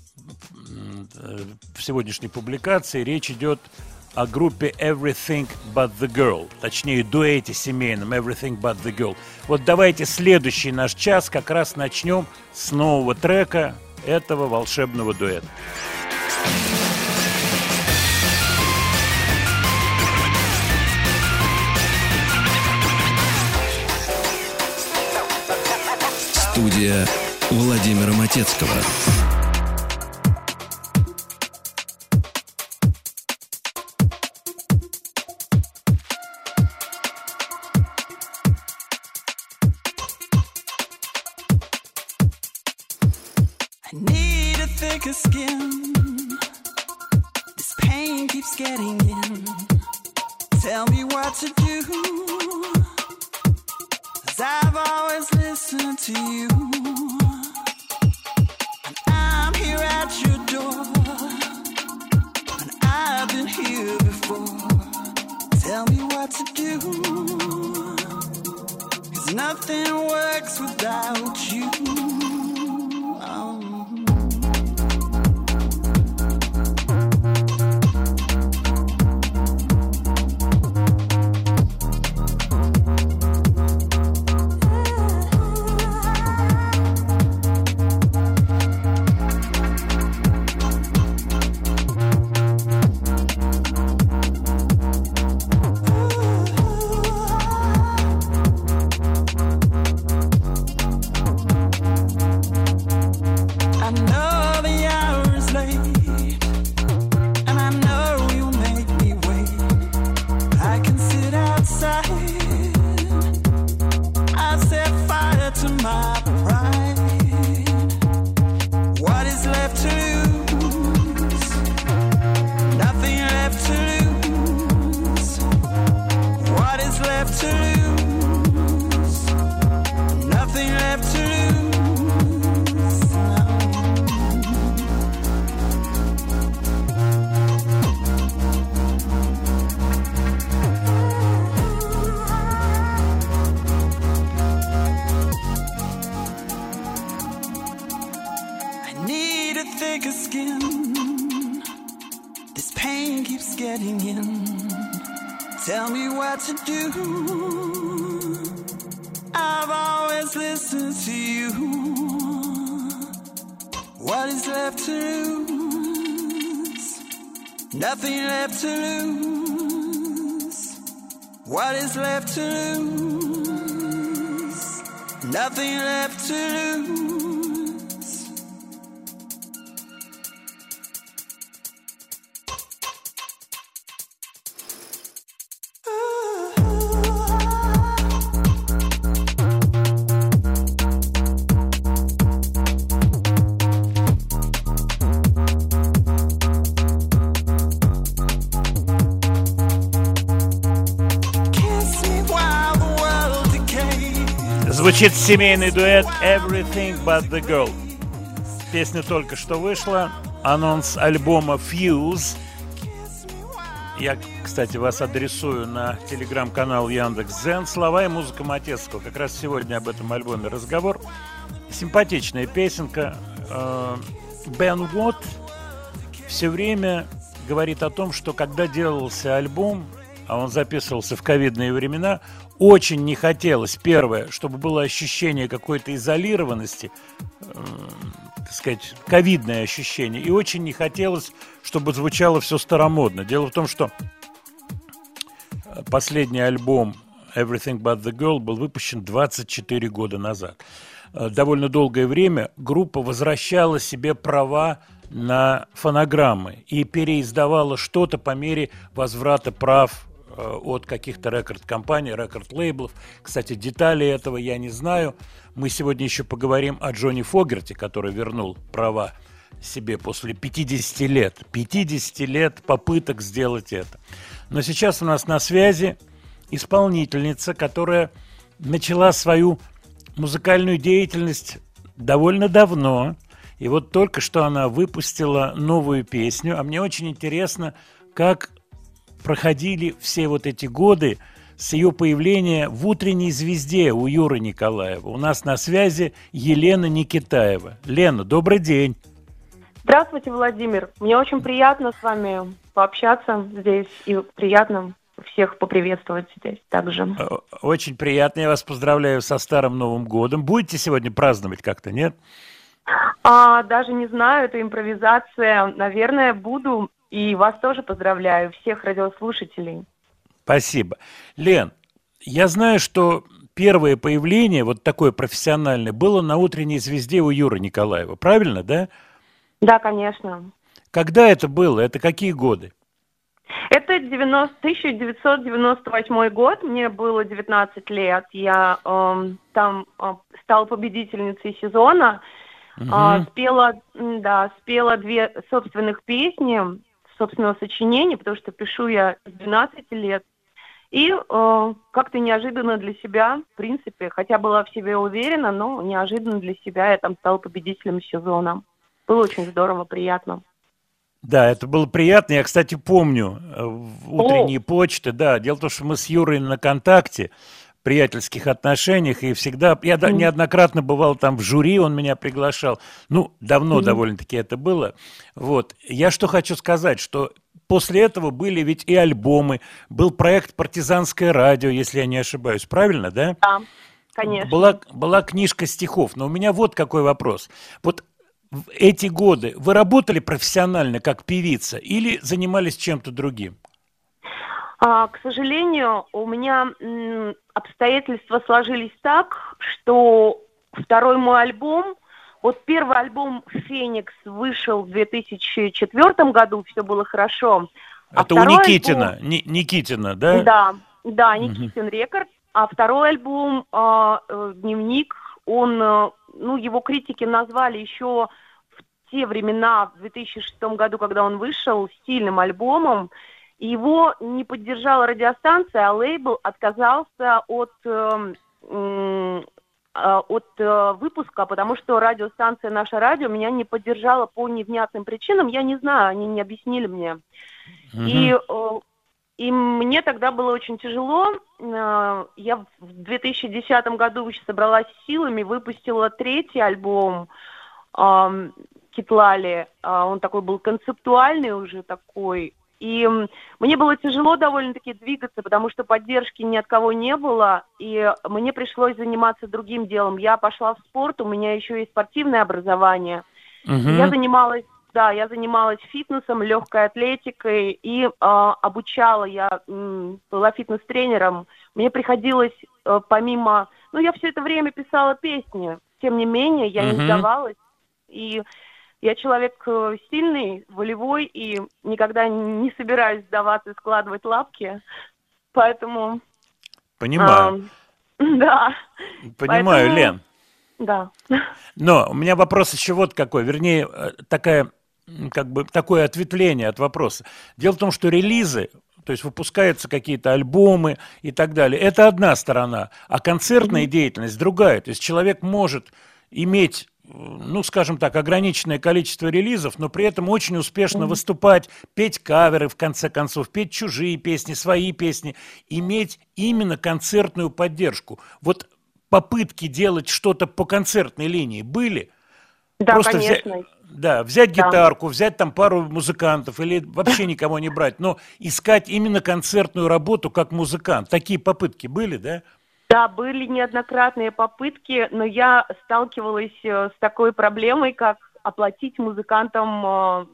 публикации речь идет о группе Everything But The Girl, точнее дуэте семейном Everything But The Girl. Вот давайте следующий наш час как раз начнем с нового трека этого волшебного дуэта. Студия Владимира Матецкого. I need a thicker skin. This pain keeps getting in. Tell me what to do. 'Cause I've always listened to you. And I'm here at your door. And I've been here before. Tell me what to do. 'Cause nothing works without you. Oh. I know the hour is late, and I know you'll make me wait. I can sit outside. I've set fire to my pride. What is left to lose? Nothing left to lose. What is left to lose? Nothing left to lose. I need a thicker skin. This pain keeps getting in. Tell me what to do. I've always listened to you. What is left to lose? Nothing left to lose. What is left to lose? Nothing left to lose. Звучит семейный дуэт «Everything But The Girl». Песня только что вышла. Анонс альбома «Fuse». Я, кстати, вас адресую на телеграм-канал Яндекс.Дзен. Слова и музыка Матецкого. Как раз сегодня об этом альбоме разговор. Симпатичная песенка. Бен Уотт все время говорит о том, что когда делался альбом, а он записывался в ковидные времена, очень не хотелось, первое, чтобы было ощущение какой-то изолированности, так сказать, ковидное ощущение, и очень не хотелось, чтобы звучало все старомодно. Дело в том, что последний альбом Everything But The Girl был выпущен 24 года назад. Довольно долгое время группа возвращала себе права на фонограммы и переиздавала что-то по мере возврата прав от каких-то рекорд-компаний, рекорд-лейблов. Кстати, детали этого я не знаю. Мы сегодня еще поговорим о Джонни Фогерти, который вернул права себе после 50 лет. 50 лет попыток сделать это. Но сейчас у нас на связи исполнительница, которая начала свою музыкальную деятельность довольно давно. И вот только что она выпустила новую песню. А мне очень интересно, как проходили все вот эти годы с ее появления в «Утренней звезде» у Юры Николаева. У нас на связи Елена Никитаева. Лена, добрый день. Здравствуйте, Владимир. Мне очень приятно с вами пообщаться здесь и приятно всех поприветствовать здесь также. Очень приятно. Я вас поздравляю со Старым Новым годом. Будете сегодня праздновать как-то, нет? Даже не знаю, это импровизация. Наверное, буду. И вас тоже поздравляю, всех радиослушателей. Спасибо. Лен, я знаю, что первое появление, вот такое профессиональное, было на «Утренней звезде» у Юры Николаева. Правильно, да? Да, конечно. Когда это было? Это какие годы? Это 1998 год, мне было 19 лет. Я там стала победительницей сезона, спела 2 собственных песни, собственного сочинения, потому что пишу я с 12 лет. И как-то неожиданно для себя, в принципе, хотя была в себе уверена, но неожиданно для себя я там стала победителем сезона. Было очень здорово, приятно. Да, это было приятно. Я, кстати, помню утренние почты. Да, дело в том, что мы с Юрой на контакте, в приятельских отношениях, и всегда... Я неоднократно бывал там в жюри, он меня приглашал. Ну, давно довольно-таки это было. Вот. Я что хочу сказать, что после этого были ведь и альбомы, был проект «Партизанское радио», если я не ошибаюсь. Правильно, да? Да, конечно. Была книжка стихов. Но у меня вот какой вопрос. Вот в эти годы вы работали профессионально как певица или занимались чем-то другим? К сожалению, у меня обстоятельства сложились так, что второй мой альбом, вот первый альбом «Феникс» вышел в 2004 году, все было хорошо. Это у Никитина, альбом... Никитина, да? Да, Никитин Рекорд. А второй альбом «Дневник», он, его критики назвали еще в те времена, в 2006 году, когда он вышел, стильным альбомом. Его не поддержала радиостанция, а лейбл отказался от выпуска, потому что радиостанция «Наше радио» меня не поддержала по невнятным причинам. Я не знаю, они не объяснили мне. И мне тогда было очень тяжело. Я в 2010 году собралась силами, выпустила третий альбом «Китлали». Он такой был концептуальный уже такой. И мне было тяжело довольно-таки двигаться, потому что поддержки ни от кого не было, и мне пришлось заниматься другим делом. Я пошла в спорт, у меня еще есть спортивное образование. Я занималась фитнесом, легкой атлетикой и обучала. Я была фитнес-тренером. Мне приходилось помимо... я все это время писала песни. Тем не менее, я не сдавалась. И я человек сильный, волевой, и никогда не собираюсь сдаваться и складывать лапки. Поэтому... Понимаю. Да. Понимаю, поэтому... Лен. Да. Но у меня вопрос еще вот какой, вернее, такое ответвление от вопроса. Дело в том, что релизы То есть выпускаются какие-то альбомы и так далее. Это одна сторона. А концертная деятельность другая. То есть человек может иметь, ну, скажем так, ограниченное количество релизов, но при этом очень успешно выступать, петь каверы, в конце концов, петь чужие песни, свои песни, иметь именно концертную поддержку. Вот попытки делать что-то по концертной линии были? Да, Просто конечно. взять гитарку, взять там пару музыкантов или вообще никого не брать, но искать именно концертную работу как музыкант. Такие попытки были, да? Да, были неоднократные попытки, но я сталкивалась с такой проблемой, как оплатить музыкантам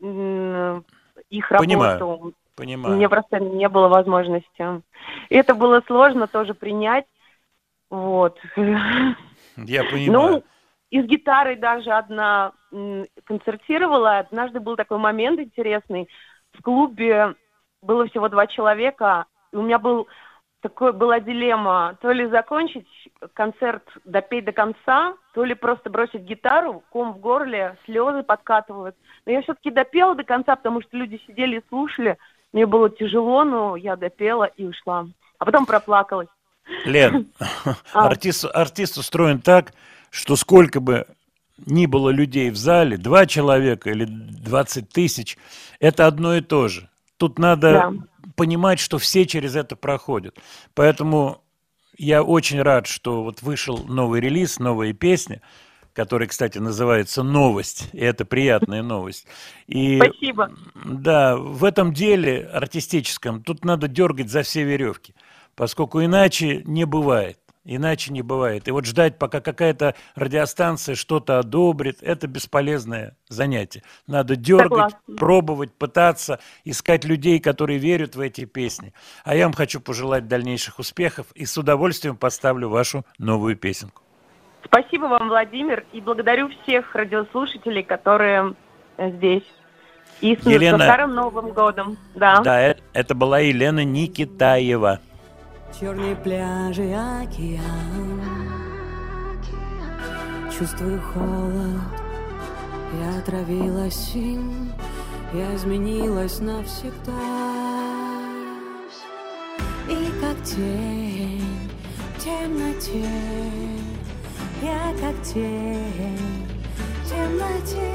их работу. Понимаю. Мне просто не было возможности. Это было сложно тоже принять. Вот. Я понимаю. Ну, и с гитарой даже одна концертировала. Однажды был такой момент интересный. В клубе было всего 2 человека, и у меня была дилемма: то ли закончить концерт, допеть до конца, то ли просто бросить гитару, ком в горле, слезы подкатывают. Но я все-таки допела до конца, потому что люди сидели и слушали. Мне было тяжело, но я допела и ушла. А потом проплакалась. Лен, артист устроен так, что сколько бы ни было людей в зале, 2 человека или 20 тысяч, это одно и то же. Тут надо понимать, что все через это проходят. Поэтому я очень рад, что вот вышел новый релиз, новая песня, которая, кстати, называется «Новость», и это приятная новость. И, спасибо. Да, в этом деле артистическом тут надо дергать за все веревки, поскольку иначе не бывает. Иначе не бывает. И вот ждать, пока какая-то радиостанция что-то одобрит, это бесполезное занятие. Надо дергать, пробовать, пытаться, искать людей, которые верят в эти песни. А я вам хочу пожелать дальнейших успехов и с удовольствием поставлю вашу новую песенку. Спасибо вам, Владимир, и благодарю всех радиослушателей, которые здесь. И с Старым Новым годом. Да, это была Елена Никитаева. Черные пляжи, океан. Чувствую холод. Я отравилась им. Я изменилась навсегда. И как тень в темноте. Я как тень в темноте.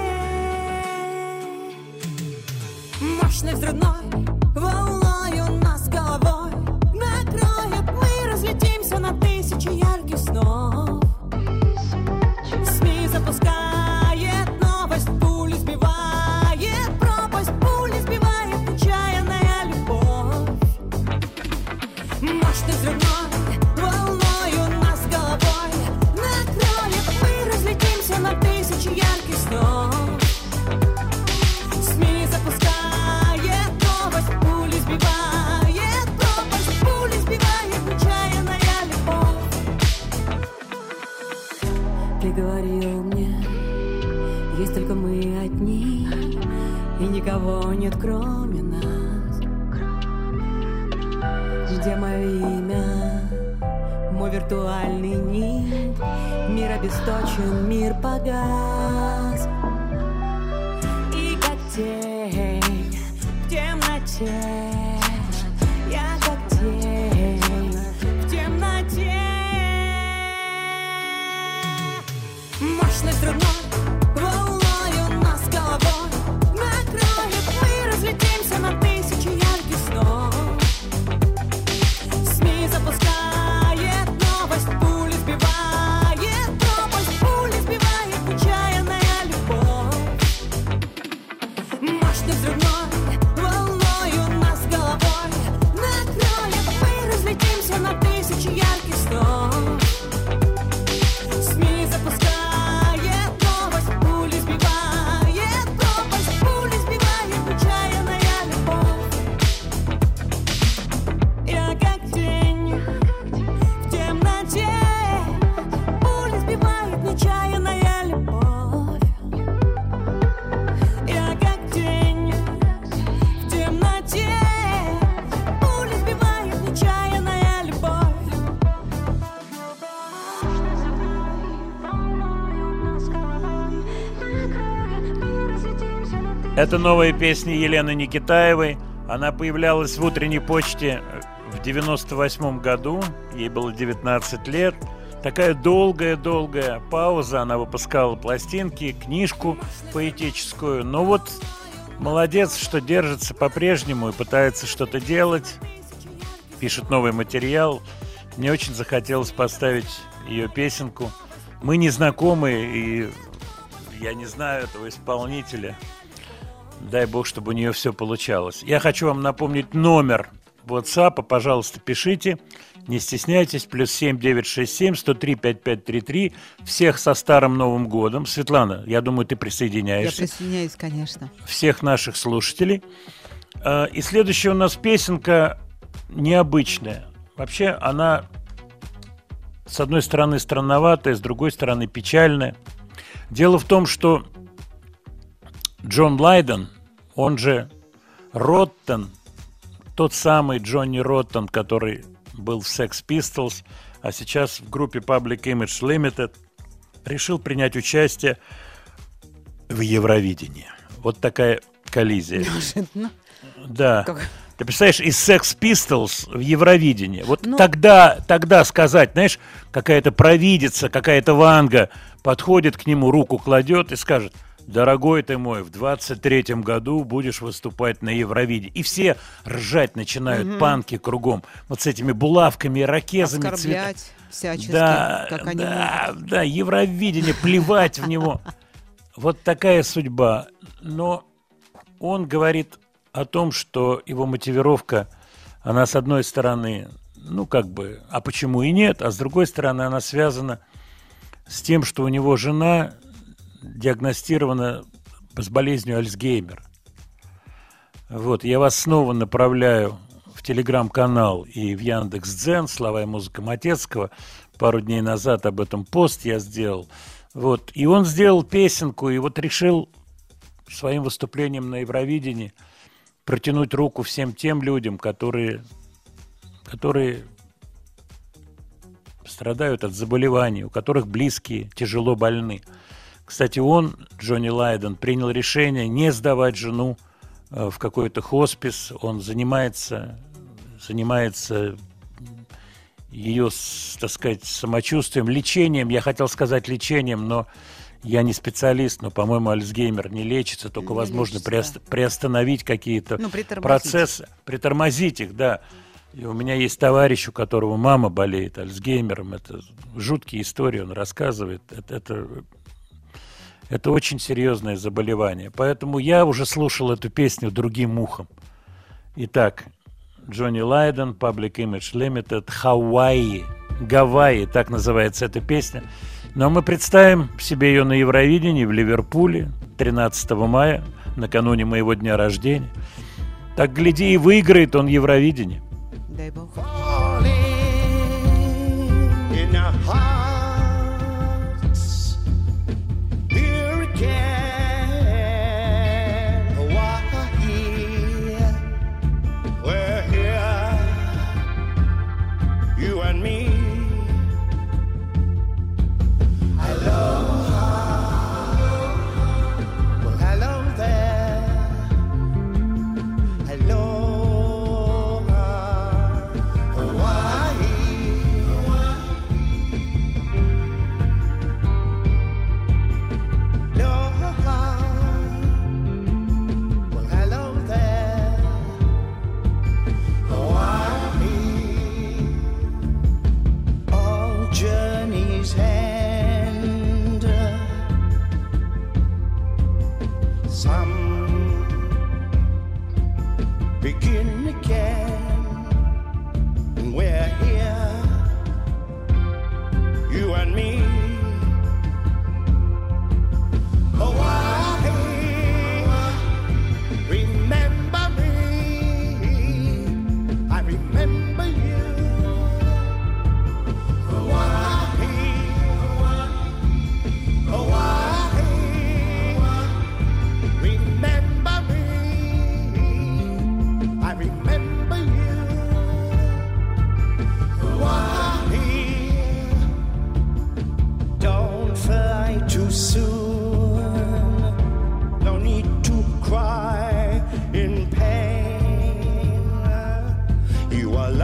Мощный взрывной волною нас головой накроет, мы разлетимся на тысячи ярких снов. СМИ запускает новость, пули сбивает пропасть, пули сбивает отчаянная любовь. Мощный взрывной волною нас головой накроет, мы разлетимся на тысячи ярких снов. СМИ запускает новость, пули сбивает пропасть, пули сбивает отчаянная любовь. Ты говорил мне, есть только мы одни, и никого нет кроме нас. Где мое имя, мой виртуальный ник? Мир обесточен, мир погас. И как тень в темноте, я как тень в темноте. Мощный взрывной волною нас головой накроет, мы разлетимся на тысячи ярких снов. СМИ запускает новость, пули сбивает пропасть, пули сбивает отчаянная любовь. Мощный взрывной волною нас головой накроет, мы разлетимся на тысячи ярких снов. СМИ запускает новость, пули сбивает пропасть, пули сбивает отчаянная любовь. Я как тень в темноте, пули сбивает нечаянная любовь. Я как тень в темноте, пули сбивает нечаянная любовь. Это новая песня Елены Никитаевой. Она появлялась в «Утренней почте» в 98 году, ей было 19 лет. Такая долгая пауза, она выпускала пластинки, книжку поэтическую. Но вот молодец, что держится по-прежнему и пытается что-то делать, пишет новый материал. Мне очень захотелось поставить ее песенку. Мы не знакомы, и я не знаю этого исполнителя. Дай бог, чтобы у нее все получалось. Я хочу вам напомнить номер WhatsApp, пожалуйста, пишите. Не стесняйтесь, +7 967 103 5533. Всех со Старым Новым годом. Светлана, я думаю, ты присоединяешься. Я присоединяюсь, конечно. Всех наших слушателей. И следующая у нас песенка необычная. Вообще она, с одной стороны, странноватая, с другой стороны, печальная. Дело в том, что Джон Лайден, он же Роттен, тот самый Джонни Роттен, который был в Sex Pistols, а сейчас в группе Public Image Limited, решил принять участие в Евровидении. Вот такая коллизия. Неожиданно. Да. Как? Ты представляешь, из Sex Pistols в Евровидении. Вот тогда сказать, знаешь, какая-то провидица, какая-то Ванга подходит к нему, руку кладет и скажет: дорогой ты мой, в 23-м году будешь выступать на Евровидении. И все ржать начинают, панки кругом. Вот с этими булавками, ирокезами. Оскорблять всячески, как они могут. Да, Евровидение, плевать в него. Вот такая судьба. Но он говорит о том, что его мотивировка, она с одной стороны, а почему и нет, а с другой стороны, она связана с тем, что у него жена диагностирована с болезнью Альцгеймера. Вот, я вас снова направляю в телеграм-канал и в Яндекс.Дзен, слова и музыка Матецкого. Пару дней назад об этом пост я сделал. Вот, и он сделал песенку, и вот решил своим выступлением на Евровидении протянуть руку всем тем людям, которые страдают от заболеваний, у которых близкие тяжело больны. Кстати, Джонни Лайден, принял решение не сдавать жену в какой-то хоспис. Он занимается ее, так сказать, самочувствием, лечением. Я хотел сказать лечением, но я не специалист, но, по-моему, Альцгеймер не лечится, только не возможно приостановить какие-то процессы, притормозить их, да. И у меня есть товарищ, у которого мама болеет Альцгеймером. Это жуткие истории, он рассказывает. Это очень серьезное заболевание. Поэтому я уже слушал эту песню другим ухом. Итак, Джонни Лайден, Public Image Limited, Гавайи, так называется эта песня. Но мы представим себе ее на Евровидении в Ливерпуле 13 мая, накануне моего дня рождения. Так, гляди, и выиграет он Евровидение. Дай бог.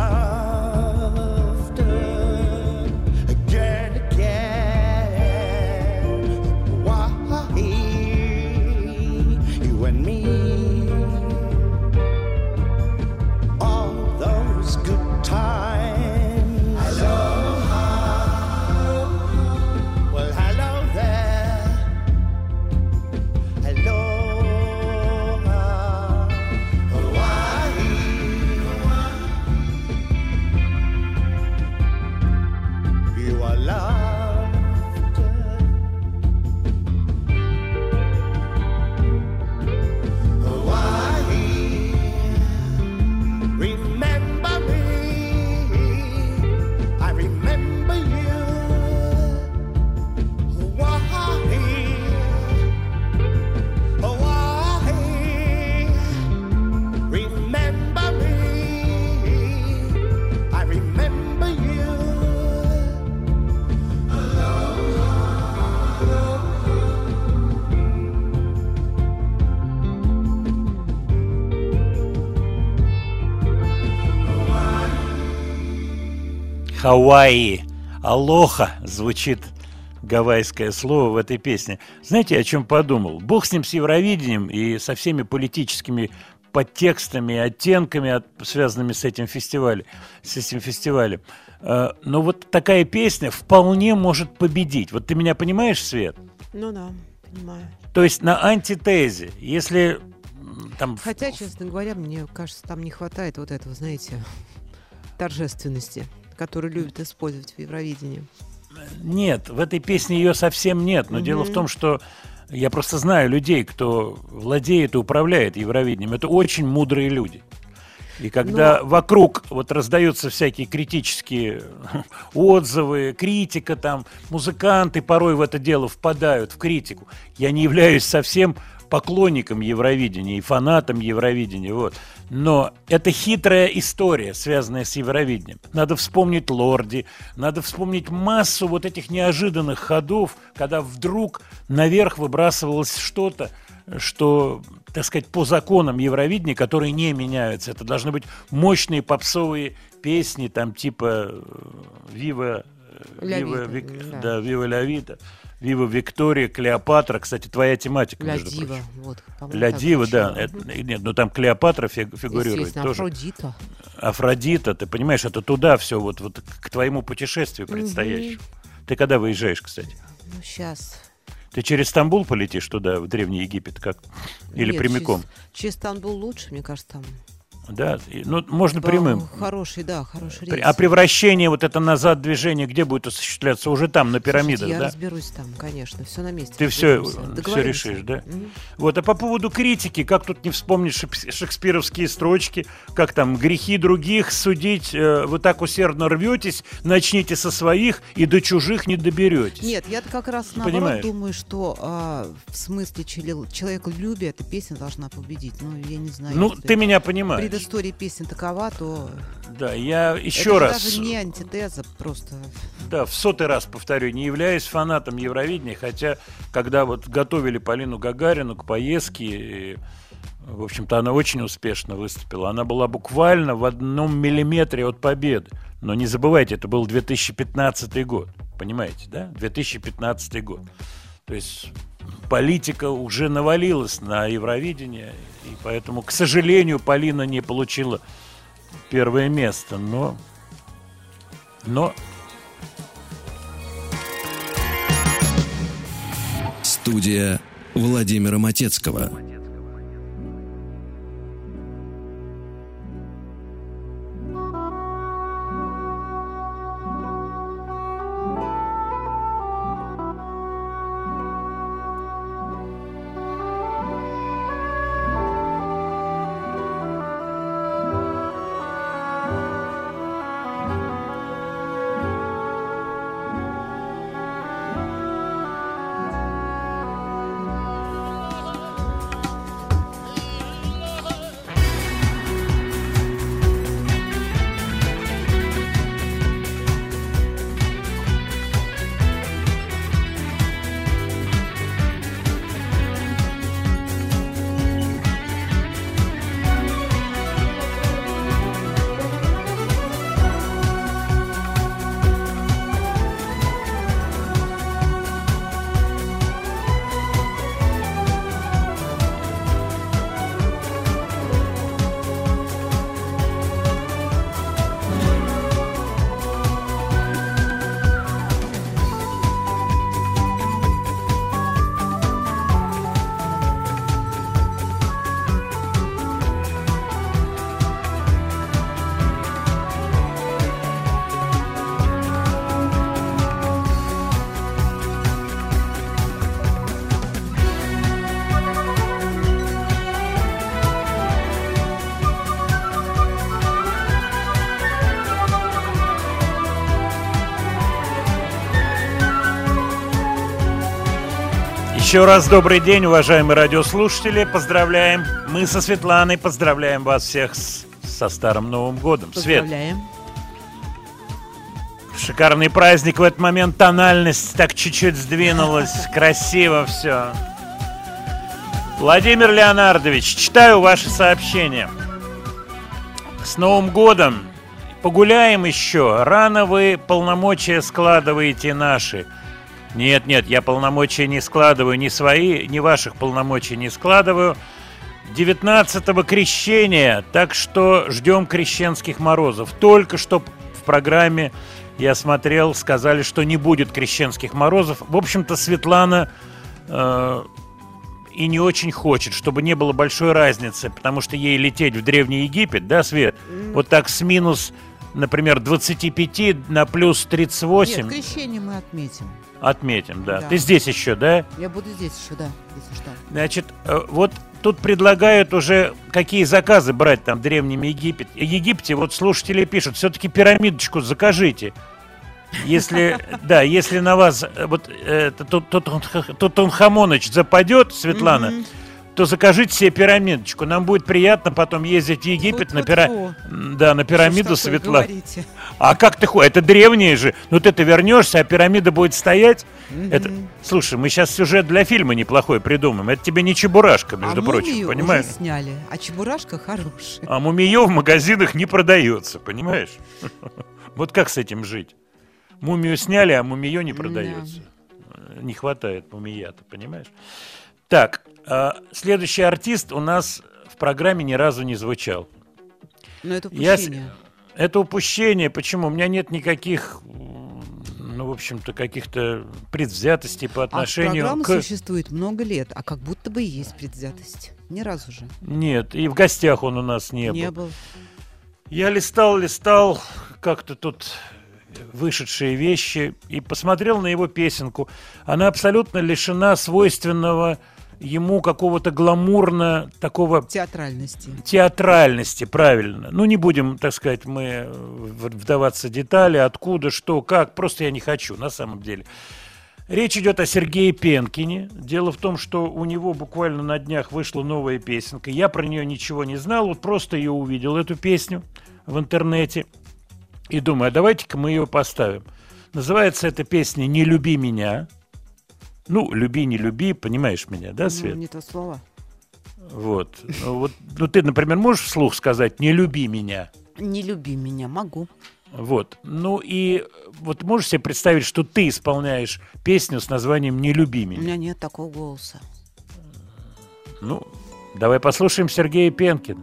again, again. Why, you and me, all those good times. Aloha, well, hello there. Aloha, Hawaii. You are loved. Hawaii, remember me. I remember you. Hawaii, Hawaii, remember me. I remember you. Хавайи, алоха звучит гавайское слово в этой песне. Знаете, о чем подумал? Бог с ним, с Евровидением и со всеми политическими подтекстами и оттенками, связанными с этим фестивалем. Но вот такая песня вполне может победить. Вот ты меня понимаешь, Свет? Ну да, понимаю. То есть на антитезе, если там... Хотя, честно говоря, мне кажется, там не хватает вот этого, знаете, торжественности, которую любят использовать в Евровидении. Нет, в этой песне ее совсем нет. Но дело в том, что я просто знаю людей, кто владеет и управляет Евровидением. Это очень мудрые люди. И когда вокруг вот раздаются всякие критические отзывы, критика там, музыканты порой в это дело впадают, в критику. Я не являюсь совсем поклонником Евровидения и фанатом Евровидения, вот. Но это хитрая история, связанная с Евровидением. Надо вспомнить Лорди, надо вспомнить массу вот этих неожиданных ходов, когда вдруг наверх выбрасывалось что-то, что, так сказать, по законам Евровидения, которые не меняются. Это должны быть мощные попсовые песни, там типа «Вива ля Вита», «Вива Виктория», «Клеопатра». Кстати, твоя тематика, между прочим. Вот, «Ля Дива», да. Нет, но там Клеопатра фигурирует тоже. Афродита. Афродита, ты понимаешь, это туда все, вот к твоему путешествию предстоящему. Ты когда выезжаешь, кстати? Ну, сейчас. Ты через Стамбул полетишь туда, в Древний Египет, как? Или Нет, прямиком? Через Стамбул лучше, мне кажется, там. Да, ну, можно прямым. Хороший рейс. А превращение вот это назад движение где будет осуществляться? Уже там, на пирамидах, Слушайте, да? Я разберусь там, конечно, все на месте. Ты все решишь, да? Вот, а по поводу критики, как тут не вспомнить шекспировские строчки, как там грехи других судить, вы так усердно рветесь, начните со своих и до чужих не доберетесь. Нет, я как раз наоборот думаю, что в смысле человеколюбия эта песня должна победить. Ну, я не знаю. Ну, ты меня понимаешь. Предыстория песни такова, то... Да, я еще раз... Это даже не антитеза, просто... Да, в 100-й раз повторю, не являюсь фанатом Евровидения, хотя, когда вот готовили Полину Гагарину к поездке, в общем-то, она очень успешно выступила. Она была буквально в 1 миллиметре от победы. Но не забывайте, это был 2015 год, понимаете, да? 2015 год. То есть... Политика уже навалилась на Евровидение, и поэтому, к сожалению, Полина не получила первое место, но... Студия Владимира Матецкого. Еще раз добрый день, уважаемые радиослушатели. Поздравляем. Мы со Светланой поздравляем вас всех со Старым Новым годом. Поздравляем. Свет. Шикарный праздник. В этот момент тональность так чуть-чуть сдвинулась. Красиво все. Владимир Леонардович, читаю ваши сообщения. С Новым годом. Погуляем еще. Рано вы полномочия складываете наши. Нет, я полномочия не складываю, ни свои, ни ваших полномочий не складываю. 19-го крещения, так что ждем крещенских морозов. Только что в программе я смотрел, сказали, что не будет крещенских морозов. В общем-то, Светлана и не очень хочет, чтобы не было большой разницы, потому что ей лететь в Древний Египет, да, Свет? Вот так с минус, например, 25 на плюс 38. Нет, крещение мы отметим. Отметим, да. Да. Ты здесь еще, да? Я буду здесь еще, да, если что. Значит, вот тут предлагают уже какие заказы брать там в Древнем Египте. Вот слушатели пишут, все-таки пирамидочку закажите. Если, да, если на вас вот Тутанхамоныч западет, Светлана, то закажите себе пирамидочку. Нам будет приятно потом ездить в Египет на пирамиду Светланы. А как ты ходишь? Это древние же. Ну ты вернешься, а пирамида будет стоять. Это... Слушай, мы сейчас сюжет для фильма неплохой придумаем. Это тебе не Чебурашка, между прочим, понимаешь? Уже сняли, а Чебурашка хороший. А мумиё в магазинах не продается, понимаешь? Вот как с этим жить? Мумию сняли, а мумиё не продается. Не хватает мумия-то, понимаешь? Так, следующий артист у нас в программе ни разу не звучал. Но это упущение. Это упущение. Почему? У меня нет никаких, ну, в общем-то, каких-то предвзятостей по отношению программа существует много лет, а как будто бы и есть предвзятость. Ни разу же. Нет, и в гостях он у нас не был. Я листал как-то тут вышедшие вещи и посмотрел на его песенку. Она абсолютно лишена свойственного ему какого-то гламурно такого... Театральности, правильно. Ну, не будем, так сказать, мы вдаваться в детали, откуда, что, как. Просто я не хочу, на самом деле. Речь идет о Сергее Пенкине. Дело в том, что у него буквально на днях вышла новая песенка. Я про нее ничего не знал, вот просто ее увидел, эту песню в интернете. И думаю, а давайте-ка мы ее поставим. Называется эта песня «Не люби меня». Ну, люби, не люби, понимаешь меня, да, Свет? Не то слово. Вот. Ну, ты, например, можешь вслух сказать «не люби меня»? Не люби меня, могу. Вот. Ну и вот можешь себе представить, что ты исполняешь песню с названием «Не люби меня»? У меня нет такого голоса. Ну, давай послушаем Сергея Пенкина.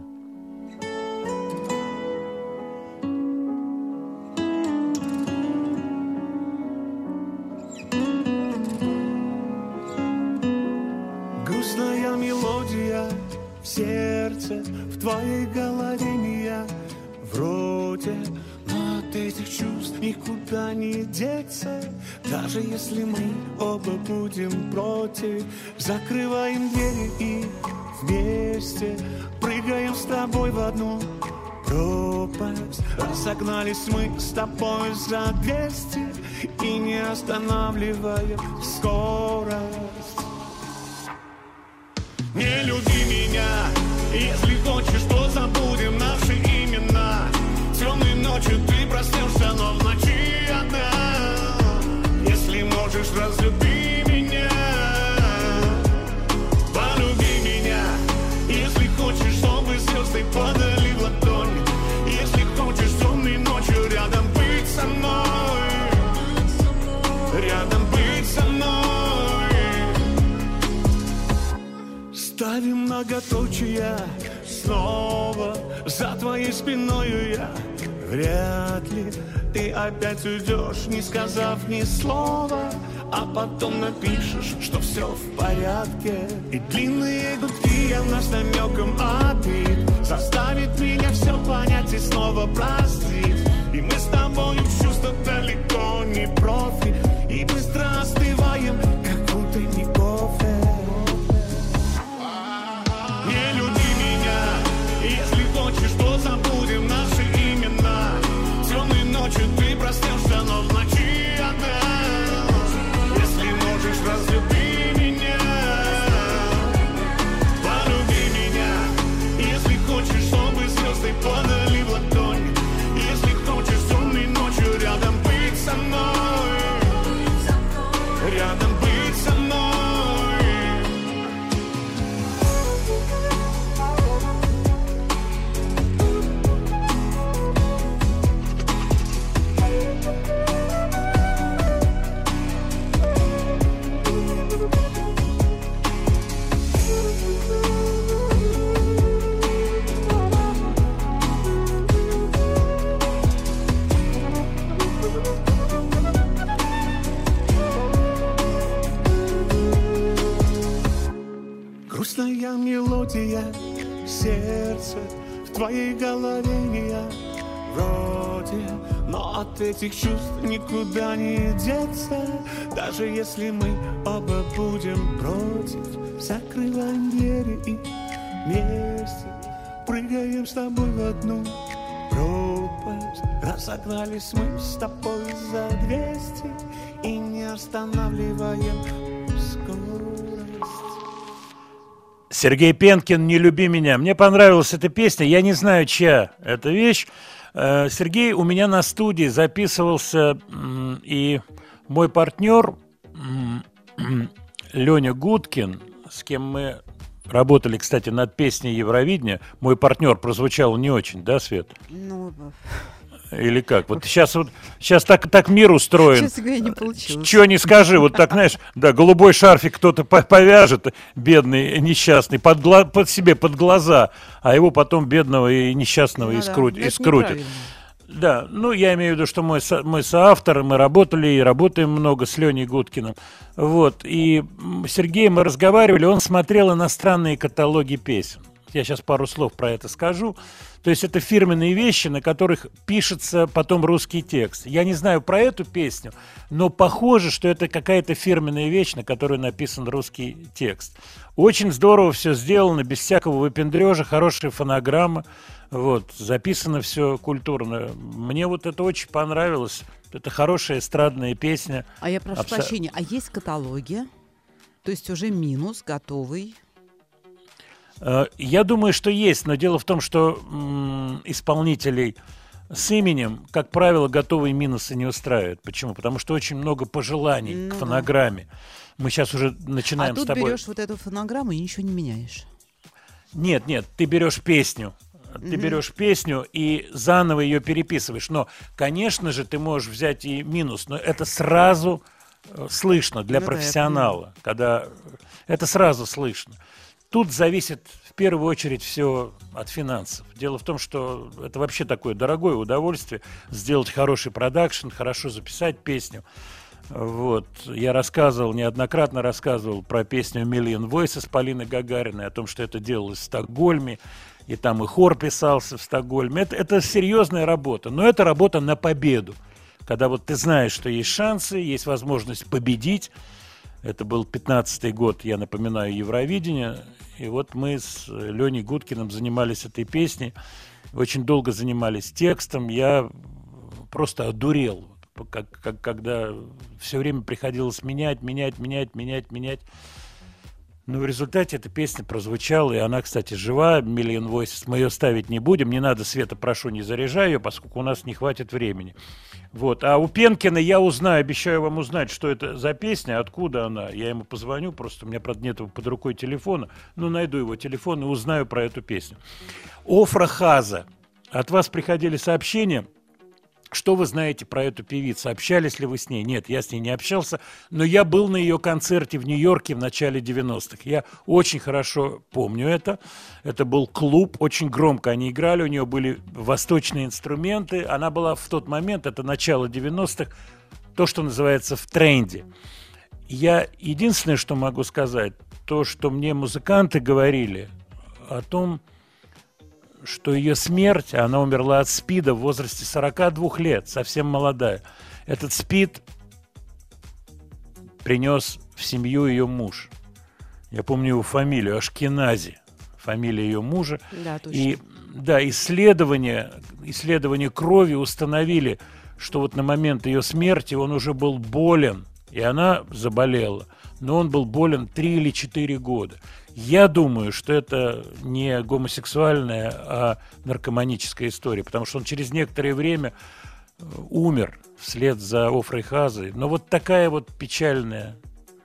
Грустная мелодия в сердце, в твоей голове не я, вроде, но от этих чувств никуда не деться. Даже если мы оба будем против, закрываем двери и вместе прыгаем с тобой в одну пропасть. Разогнались мы с тобой за 200 и не останавливаем скорость. Не люби меня, если хочешь, то забудем наши имена. Темной ночью ты проснешься, но в ночи одна. Если можешь, разлюби меня. Полюби меня, если хочешь, чтобы звезды падали в ладонь. Если хочешь, темной ночью рядом быть со мной. Рядом быть со мной. Ставим многоточия снова за твоей спиною я. Вряд ли ты опять уйдешь, не сказав ни слова, а потом напишешь, что все в порядке. И длинные гудки явно с намеком обид заставит меня все понять и снова простить. И мы с тобой в чувствах далеко не профи, и быстро остываем, как утренний кофе. Не люби меня, если хочешь, то забудем наши имена. Темной ночью ты проснешься, но в ночи одна. Если можешь, разлюби меня. я, сердце в твоей голове не я. Вроде, но от этих чувств никуда не деться. Даже если мы оба будем против, закрываем двери и вместе прыгаем с тобой в одну пропасть. Разогнались мы с тобой за 200 и не останавливаем скорость. Сергей Пенкин «Не люби меня». Мне понравилась эта песня. Я не знаю, чья эта вещь. Сергей у меня на студии записывался, и мой партнер Леня Гудкин, с кем мы работали, кстати, над песней Евровидения. Мой партнер прозвучал не очень, да, Свет? Ну, или как? Вот сейчас так мир устроен. честно говоря, не получилось. Чего не скажи, вот так, знаешь, да, голубой шарфик кто-то повяжет, бедный, несчастный, под глаза, а его потом бедного и несчастного искрутит. Да, ну я имею в виду, что мой соавтор, мы работали и работаем много с Леней Гудкиным. Вот, и с Сергеем мы разговаривали, он смотрел иностранные каталоги песен. Я сейчас пару слов про это скажу. То есть это фирменные вещи, на которых пишется потом русский текст. Я не знаю про эту песню, но похоже, что это какая-то фирменная вещь, на которой написан русский текст. Очень здорово все сделано, без всякого выпендрежа, хорошая фонограмма. Вот, записано все культурно. Мне вот это очень понравилось. Это хорошая эстрадная песня. А я прошу прощения, а есть каталоги? То есть уже минус готовый? Я думаю, что есть, но дело в том, что исполнителей с именем, как правило, готовые минусы не устраивают. Почему? Потому что очень много пожеланий к фонограмме. Мы сейчас уже начинаем с тобой... А тут берешь вот эту фонограмму и ничего не меняешь? Нет, ты берешь песню. Ты берешь песню и заново ее переписываешь. Но, конечно же, ты можешь взять и минус, но это сразу слышно для профессионала. Когда это сразу слышно. Тут зависит в первую очередь все от финансов. Дело в том, что это вообще такое дорогое удовольствие сделать хороший продакшн, хорошо записать песню. Вот. Я неоднократно рассказывал про песню «Million Voices» Полины Гагариной, о том, что это делалось в Стокгольме, и там и хор писался в Стокгольме. Это серьезная работа, но это работа на победу. Когда вот ты знаешь, что есть шансы, есть возможность победить. Это был 15-й год, я напоминаю, Евровидения. И вот мы с Леней Гудкиным занимались этой песней. Очень долго занимались текстом. Я просто одурел, когда все время приходилось менять. Но в результате эта песня прозвучала, и она, кстати, жива, Million Voices. Мы ее ставить не будем, не надо, Света, прошу, не заряжай ее, поскольку у нас не хватит времени. Вот. А у Пенкина я узнаю, обещаю вам узнать, что это за песня, откуда она. Я ему позвоню, просто у меня, правда, нет под рукой телефона, но найду его телефон и узнаю про эту песню. Офра Хаза. От вас приходили сообщения. Что вы знаете про эту певицу? Общались ли вы с ней? Нет, я с ней не общался, но я был на ее концерте в Нью-Йорке в начале 90-х. Я очень хорошо помню это. Это был клуб, очень громко они играли, у нее были восточные инструменты. Она была в тот момент, это начало 90-х, то, что называется в тренде. Я единственное, что могу сказать, то, что мне музыканты говорили о том, что ее смерть, она умерла от СПИДа в возрасте 42 лет, совсем молодая. Этот СПИД принес в семью ее муж. Я помню его фамилию, Ашкенази, фамилия ее мужа. Да, точно. И да, исследования крови установили, что вот на момент ее смерти он уже был болен, и она заболела. Но он был болен 3 или 4 года. Я думаю, что это не гомосексуальная, а наркоманическая история, потому что он через некоторое время умер вслед за Офрой Хазой. Но вот такая вот печальная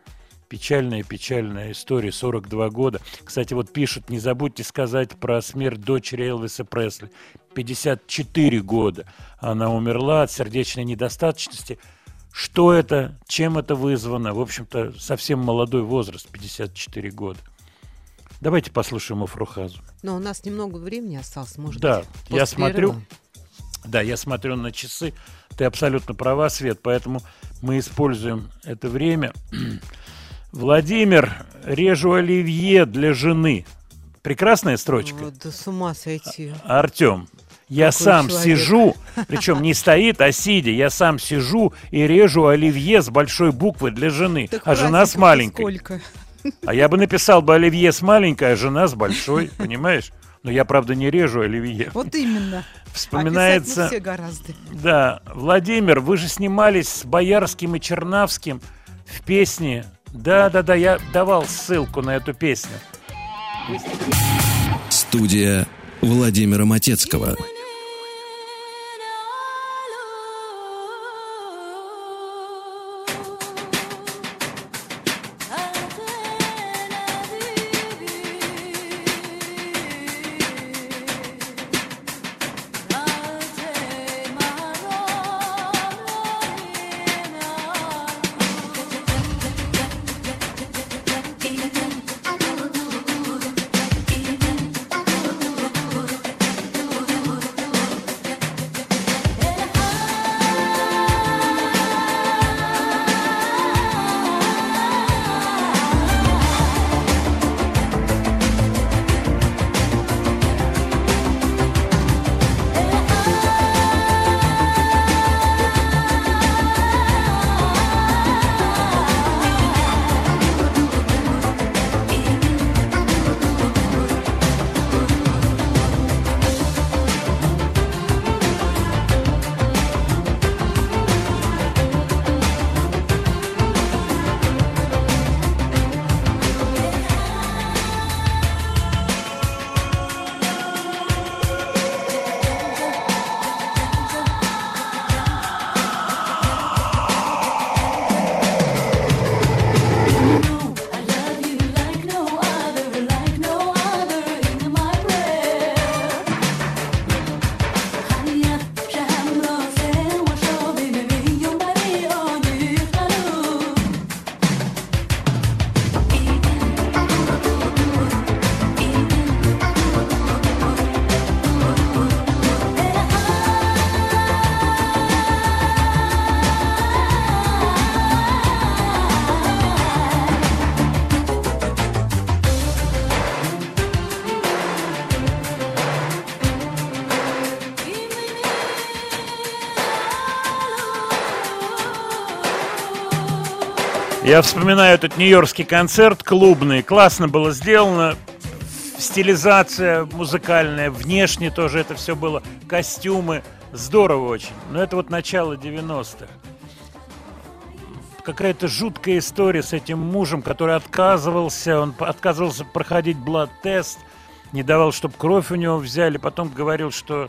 история, 42 года. Кстати, вот пишут, не забудьте сказать про смерть дочери Элвиса Пресли. 54 года она умерла от сердечной недостаточности. Что это, чем это вызвано? В общем-то, совсем молодой возраст, 54 года. Давайте послушаем Офру Хазу. Но у нас немного времени осталось, может да, быть, я смотрю на часы. Ты абсолютно права, Свет, поэтому мы используем это время. Владимир, режу оливье для жены. Прекрасная строчка. Вот, да с ума сойти. Артем, я Какой сам человек. сижу, причем не стоит, а сидя, я сам сижу и режу оливье с большой буквы для жены, Так а жена с праздников-то маленькой. сколько? А я бы написал бы оливье с маленькой, а жена с большой, понимаешь? Но я, правда, не режу оливье. Вот именно. Вспоминается... А писать мы все гораздо. Да, Владимир, вы же снимались с Боярским и Чернавским в песне. Да, я давал ссылку на эту песню. Студия Владимира Матецкого. Я вспоминаю этот нью-йоркский концерт клубный. Классно было сделано. Стилизация музыкальная, внешне тоже это все было. Костюмы. Здорово очень. Но это вот начало 90-х. Какая-то жуткая история с этим мужем, который отказывался. Он отказывался проходить блад-тест. Не давал, чтобы кровь у него взяли. Потом говорил, что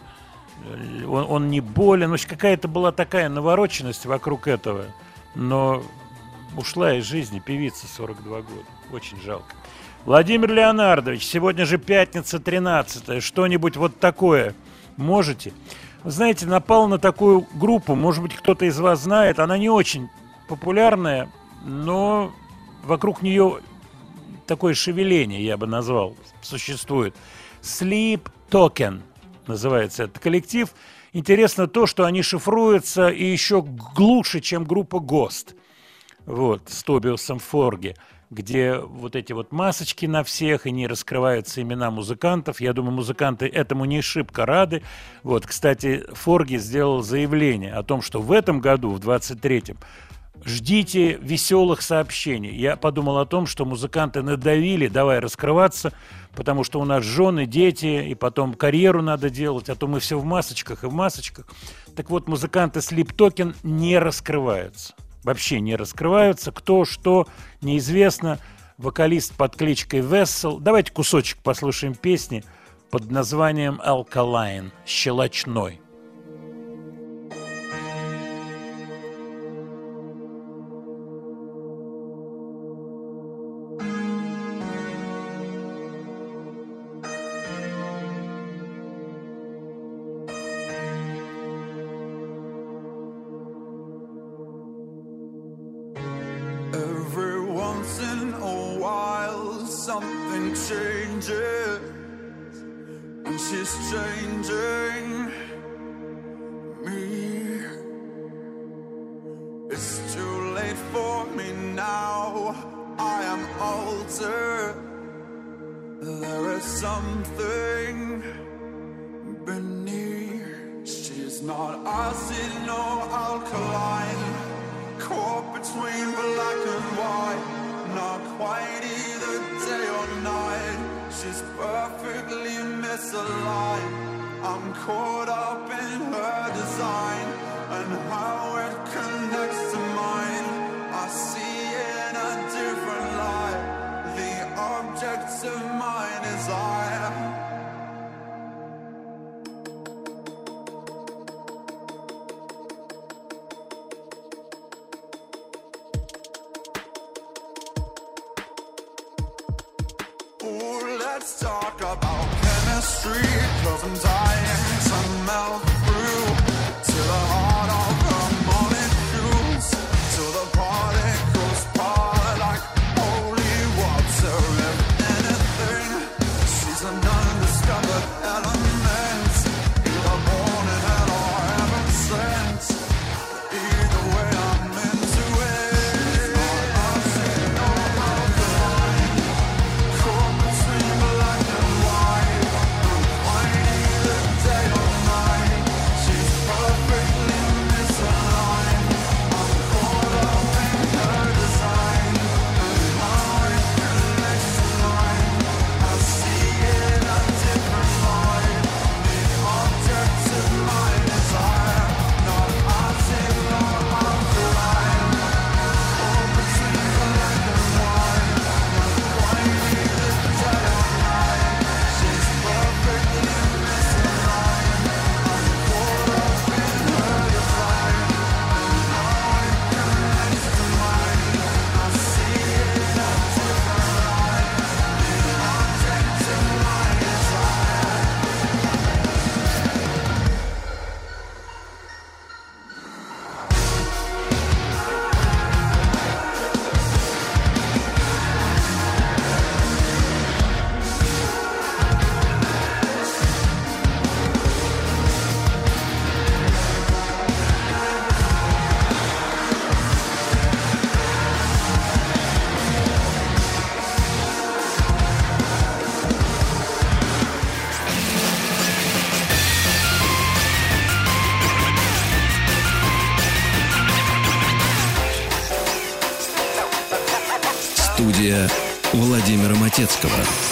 он не болен. В общем, какая-то была такая навороченность вокруг этого. Но ушла из жизни певица, 42 года. Очень жалко. Владимир Леонардович, сегодня же пятница 13-е. Что-нибудь вот такое можете? Вы знаете, напал на такую группу, может быть, кто-то из вас знает. Она не очень популярная, но вокруг нее такое шевеление, я бы назвал, существует. Sleep Token называется этот коллектив. Интересно то, что они шифруются и еще глуше, чем группа Ghost. Вот, с Тобиасом Форги, где вот эти вот масочки на всех, и не раскрываются имена музыкантов. Я думаю, музыканты этому не шибко рады. Вот, кстати, Форги сделал заявление о том, что в этом году, в 23-м, ждите веселых сообщений. Я подумал о том, что музыканты надавили, давай раскрываться, потому что у нас жены, дети, и потом карьеру надо делать, а то мы все в масочках и в масочках. Так вот, музыканты Sleep Token не раскрываются. Вообще не раскрываются. Кто, что, неизвестно. Вокалист под кличкой Вессел. Давайте кусочек послушаем песни под названием «Alkaline», «Щелочной». She's changing me. It's too late for me now. I am altered. There is something beneath. She's not acid, no alkaline. Caught between black and white, not quite either day or night. She's perfectly misaligned. I'm caught up in her design and how it connects to mine. I see in a different light the object of my desire. Ooh, let's talk about chemistry, 'cause I'm dying to melt through to the heart of her molecules, till the particles part like holy water. If anything, she's an undiscovered element, either born in hell or heaven sent. Either way, I'm into it. Студия Владимира Матецкого.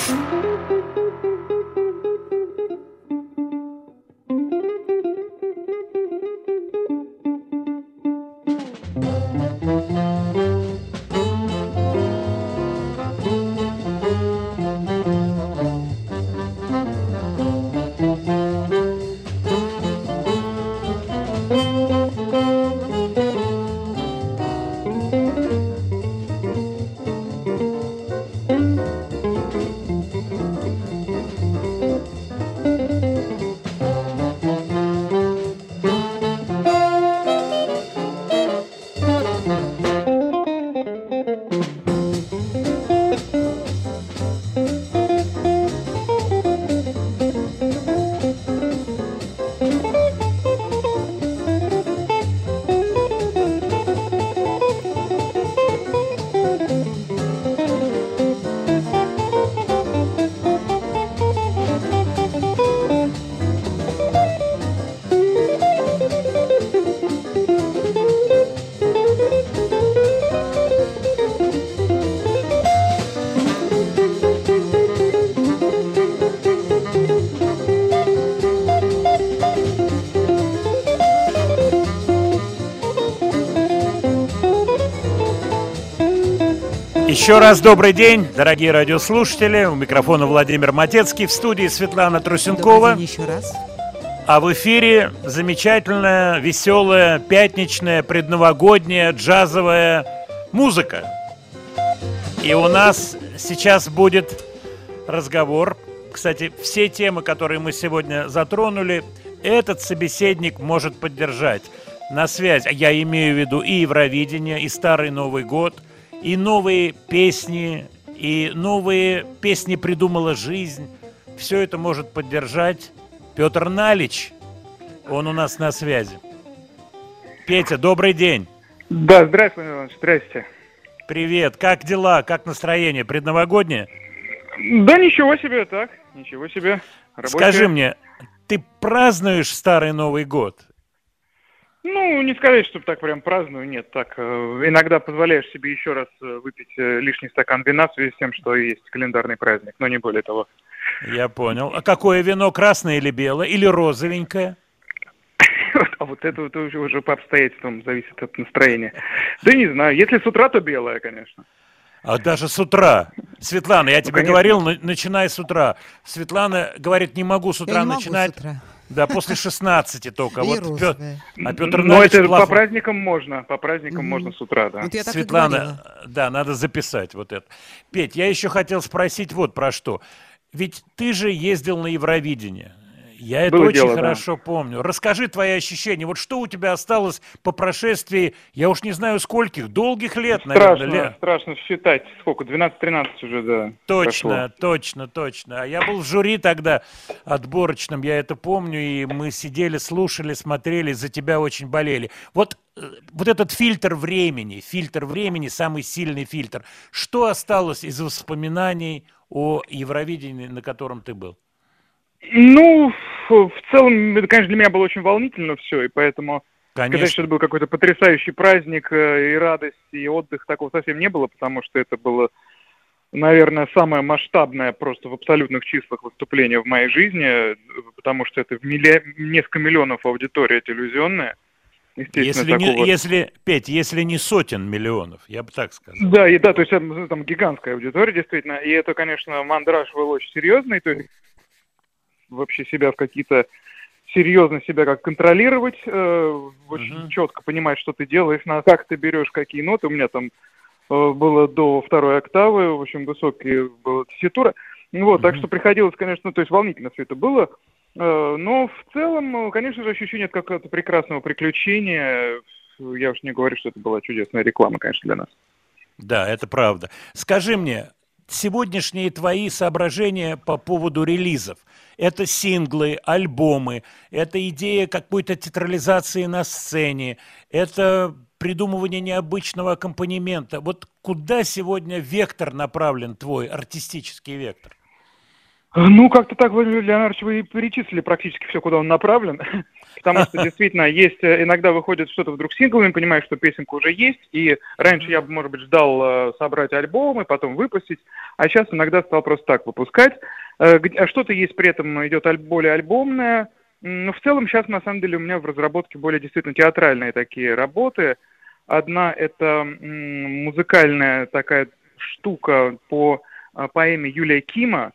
Еще раз добрый день, дорогие радиослушатели. У микрофона Владимир Матецкий, в студии Светлана Трусенкова. Добрый день еще раз. А в эфире замечательная, веселая, пятничная, предновогодняя, джазовая музыка. И у нас сейчас будет разговор. Кстати, все темы, которые мы сегодня затронули, этот собеседник может поддержать. На связь, я имею в виду и Евровидение, и Старый Новый год, и новые песни, придумала жизнь. Все это может поддержать Петр Налич. Он у нас на связи. Петя, добрый день. Да, здравствуй, Иван, здрасте. Привет, как дела, как настроение, предновогоднее? Да ничего себе, так, ничего себе. Рабочая. Скажи мне, ты празднуешь Старый Новый год? Ну, не сказать, чтобы так прям праздную, нет, так, иногда позволяешь себе еще раз выпить лишний стакан вина в связи с тем, что есть календарный праздник, но не более того. Я понял. А какое вино, красное или белое, или розовенькое? А вот это вот уже по обстоятельствам зависит от настроения. Да не знаю, если с утра, то белое, конечно. А даже с утра. Светлана, я тебе конечно. говорил, начинай с утра. Светлана говорит, не могу с утра Я не могу начинать. с утра. Да, после 16 только. И Вот розовое. Петр Но Налич это по плохо. праздникам можно, можно с утра, да. Вот я так и Светлана, говорила. да, надо записать вот это. Петь, я еще хотел спросить вот про что. Ведь ты же ездил на Евровидение. Я это Было очень дело, да. хорошо помню. Расскажи твои ощущения. Вот что у тебя осталось по прошествии, я уж не знаю скольких, долгих лет, наверное. Страшно считать. Сколько? 12-13 уже, да. Точно, прошло. точно. А я был в жюри тогда отборочном, я это помню, и мы сидели, слушали, смотрели, за тебя очень болели. Вот этот фильтр времени, самый сильный фильтр. Что осталось из воспоминаний о Евровидении, на котором ты был? Ну, в целом, это, конечно, для меня было очень волнительно все, и поэтому Конечно. сказать, что это был какой-то потрясающий праздник и радость, и отдых, такого совсем не было, потому что это было, наверное, самое масштабное просто в абсолютных числах выступление в моей жизни, потому что это несколько миллионов аудитория телевизионная. Петь, если не сотен миллионов, я бы так сказал. Да, то есть там гигантская аудитория, действительно, и это, конечно, мандраж был очень серьезный, то есть вообще себя в какие-то серьезно себя как контролировать, очень четко понимать, что ты делаешь, как ты берешь какие ноты. У меня там было до 2 октавы, в общем, высокая была тесситура. Вот, так что приходилось, конечно, то есть волнительно все это было. Но в целом, конечно же, ощущение от какого-то прекрасного приключения. Я уж не говорю, что это была чудесная реклама, конечно, для нас. Да, это правда. Скажи мне, сегодняшние твои соображения по поводу релизов. Это синглы, альбомы, это идея какой-то театрализации на сцене, это придумывание необычного аккомпанемента. Вот куда сегодня вектор направлен твой, артистический вектор? Ну, как-то так, Владимир Леонардович, вы и перечислили практически все, куда он направлен. Потому что действительно есть, иногда выходит что-то вдруг синглами, понимаешь, что песенка уже есть, и раньше я бы, может быть, ждал собрать альбом и потом выпустить, а сейчас иногда стал просто так выпускать. А что-то есть при этом, идет более альбомное. Но в целом сейчас, на самом деле, у меня в разработке более действительно театральные такие работы. Одна — это музыкальная такая штука по поэме Юлия Кима,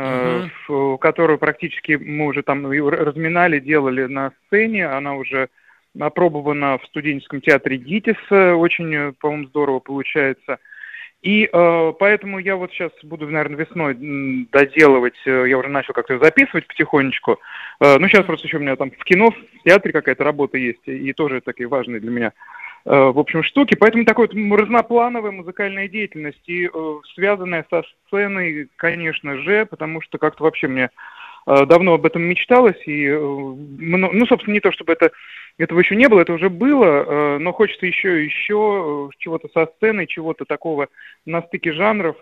которую практически мы уже там разминали, делали на сцене. Она уже опробована в студенческом театре ГИТИС. Очень, по-моему, здорово получается. И поэтому я вот сейчас буду, наверное, весной доделывать. Я уже начал как-то записывать потихонечку. Ну, сейчас просто еще у меня там в кино, в театре какая-то работа есть. И тоже такие важные для меня, в общем, штуки. Поэтому такой вот разноплановая музыкальная деятельность, и связанная со сценой, конечно же, потому что как-то вообще мне давно об этом мечталось. И, ну, собственно, не то, чтобы этого еще не было, это уже было, но хочется еще чего-то со сценой, чего-то такого на стыке жанров.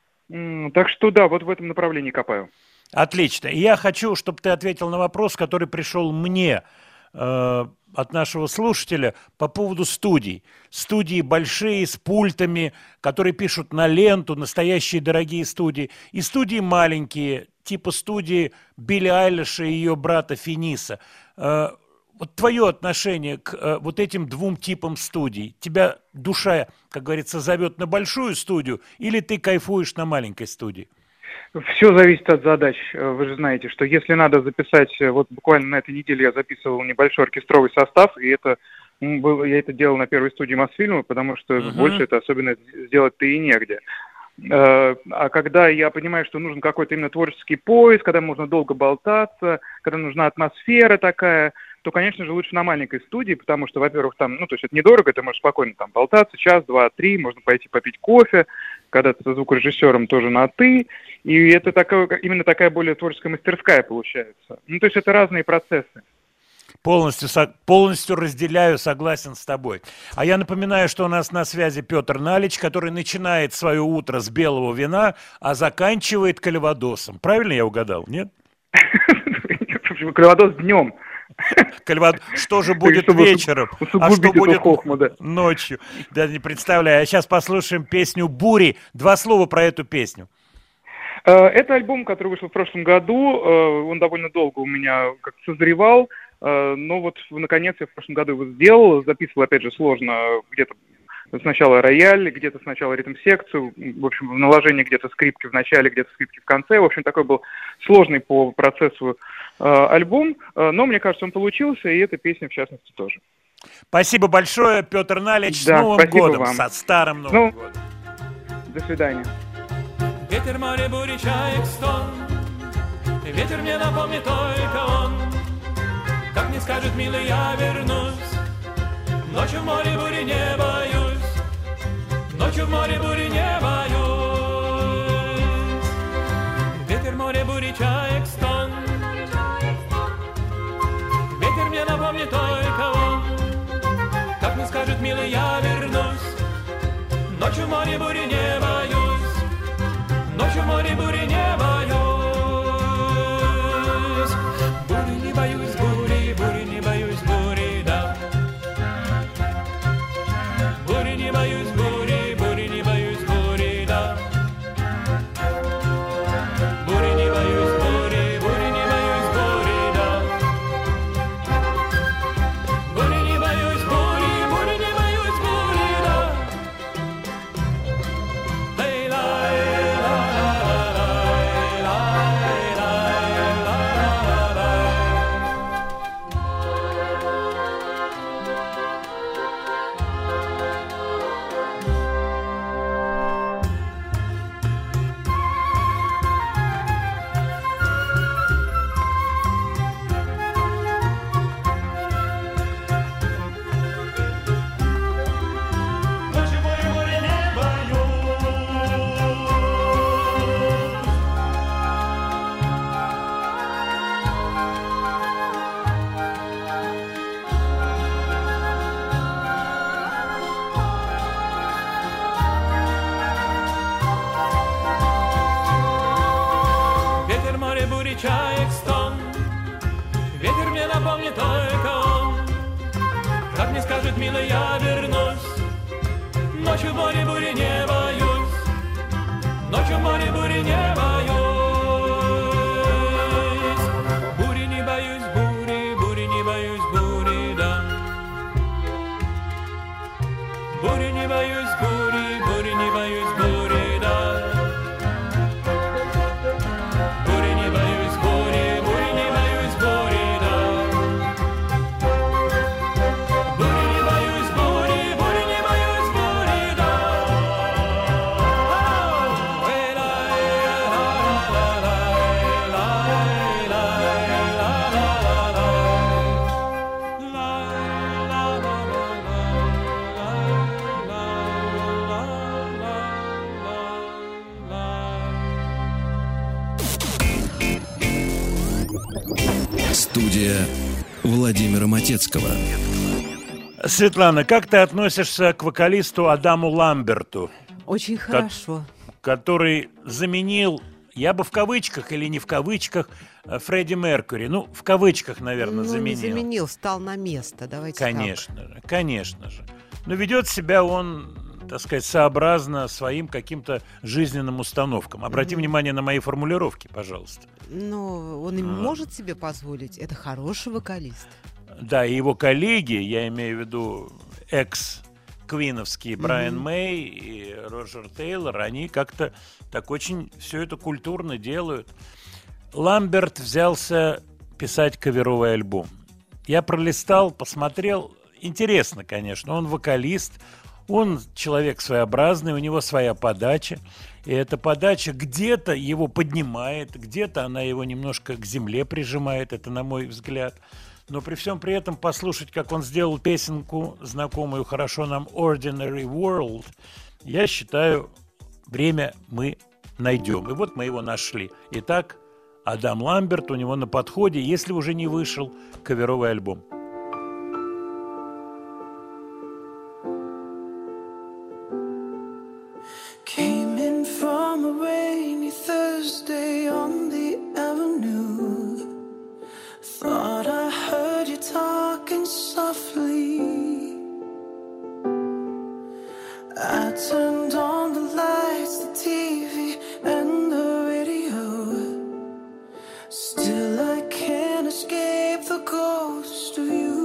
Так что да, вот в этом направлении копаю. Отлично. И я хочу, чтобы ты ответил на вопрос, который пришел мне от нашего слушателя по поводу студий. Студии большие, с пультами, которые пишут на ленту, настоящие дорогие студии. И студии маленькие, типа студии Билли Айлиш и ее брата Финиса. Вот твое отношение к вот этим двум типам студий. Тебя душа, как говорится, зовет на большую студию, или ты кайфуешь на маленькой студии? Все зависит от задач. Вы же знаете, что если надо записать, вот буквально на этой неделе я записывал небольшой оркестровый состав, и я это делал на первой студии Мосфильма, потому что больше это особенно сделать-то и негде. А когда я понимаю, что нужен какой-то именно творческий поиск, когда можно долго болтаться, когда нужна атмосфера такая, то, конечно же, лучше на маленькой студии, потому что, во-первых, там, ну, то есть это недорого, ты можешь спокойно там болтаться, час, два, три, можно пойти попить кофе, когда ты со звукорежиссером тоже на «ты», и это именно такая более творческая мастерская получается. Ну, то есть это разные процессы. Полностью разделяю, согласен с тобой. А я напоминаю, что у нас на связи Петр Налич, который начинает свое утро с белого вина, а заканчивает кальвадосом. Правильно я угадал, нет? Кальвадос днем. Что же будет вечером, а что будет ночью? Да, не представляю. А сейчас послушаем песню «Бури». 2 слова про эту песню. Это альбом, который вышел в прошлом году. Он довольно долго у меня как-то созревал. Но вот, наконец, я в прошлом году его сделал. Записывал, опять же, сложно. Где-то сначала рояль, где-то сначала ритм-секцию. В общем, в наложении где-то скрипки в начале, где-то скрипки в конце. В общем, такой был сложный по процессу альбом. Но, мне кажется, он получился, и эта песня, в частности, тоже. Спасибо большое, Петр Налич. С Новым годом, вам. Со старым Новым годом. До свидания. Ветер, море, бури, чаек, стон. Ветер мне напомнит только он. Как мне скажет, милый, я вернусь. Ночью в море бури не боюсь. Ночью в море бури не боюсь. Ветер, море, бури, чаек, стон. Ветер мне напомнит только он. Как мне скажет, милый, я вернусь. Ночью в море бури не боюсь. Ночью в море бури не боюсь. Бури не боюсь, бури, бури не боюсь, бури, да. Бури не боюсь, бури, бури не боюсь, бури, да. Бури не боюсь, бури, бури не боюсь, бури, да. Бури не боюсь, бури, бури не боюсь, бури, да. Лей-лай. Ветер, море, бури, чаек, стон. Ветер мне напомнит только он. Как мне скажет, милый, я вернусь. Ночью в море бури не боюсь. Ночью в море бури не боюсь. Бури не боюсь, бури, бури не боюсь, бури, да. Бури не боюсь, бури, бури не боюсь, бури, да. Бури не боюсь, бури, бури не боюсь, бури, да. Бури не боюсь, бури, бури не боюсь, бури, да. Студия Владимира Матецкого. Светлана, как ты относишься к вокалисту Адаму Ламберту? Очень хорошо. Который заменил, я бы в кавычках или не в кавычках, Фредди Меркьюри. Ну, в кавычках, наверное, заменил. Не заменил, стал на место. Давайте конечно же, конечно же. Но ведет себя он, так сказать, сообразно своим каким-то жизненным установкам. Обрати внимание на мои формулировки, пожалуйста. Ну, он и может себе позволить. Это хороший вокалист. Да, и его коллеги, я имею в виду экс-квиновские Брайан Мэй и Роджер Тейлор, они как-то так очень все это культурно делают. Ламберт взялся писать каверовый альбом. Я пролистал, посмотрел. Интересно, конечно. Он вокалист, он человек своеобразный, у него своя подача. И эта подача где-то его поднимает, где-то она его немножко к земле прижимает, это на мой взгляд. Но при всем при этом послушать, как он сделал песенку, знакомую хорошо нам Ordinary World, я считаю, время мы найдем. И вот мы его нашли. Итак, Адам Ламберт, у него на подходе, если уже не вышел, каверовый альбом. Came in from a rainy Thursday on the avenue. Thought I heard you talking softly. I turned on the lights, the TV, and the radio. Still I can't escape the ghost of you.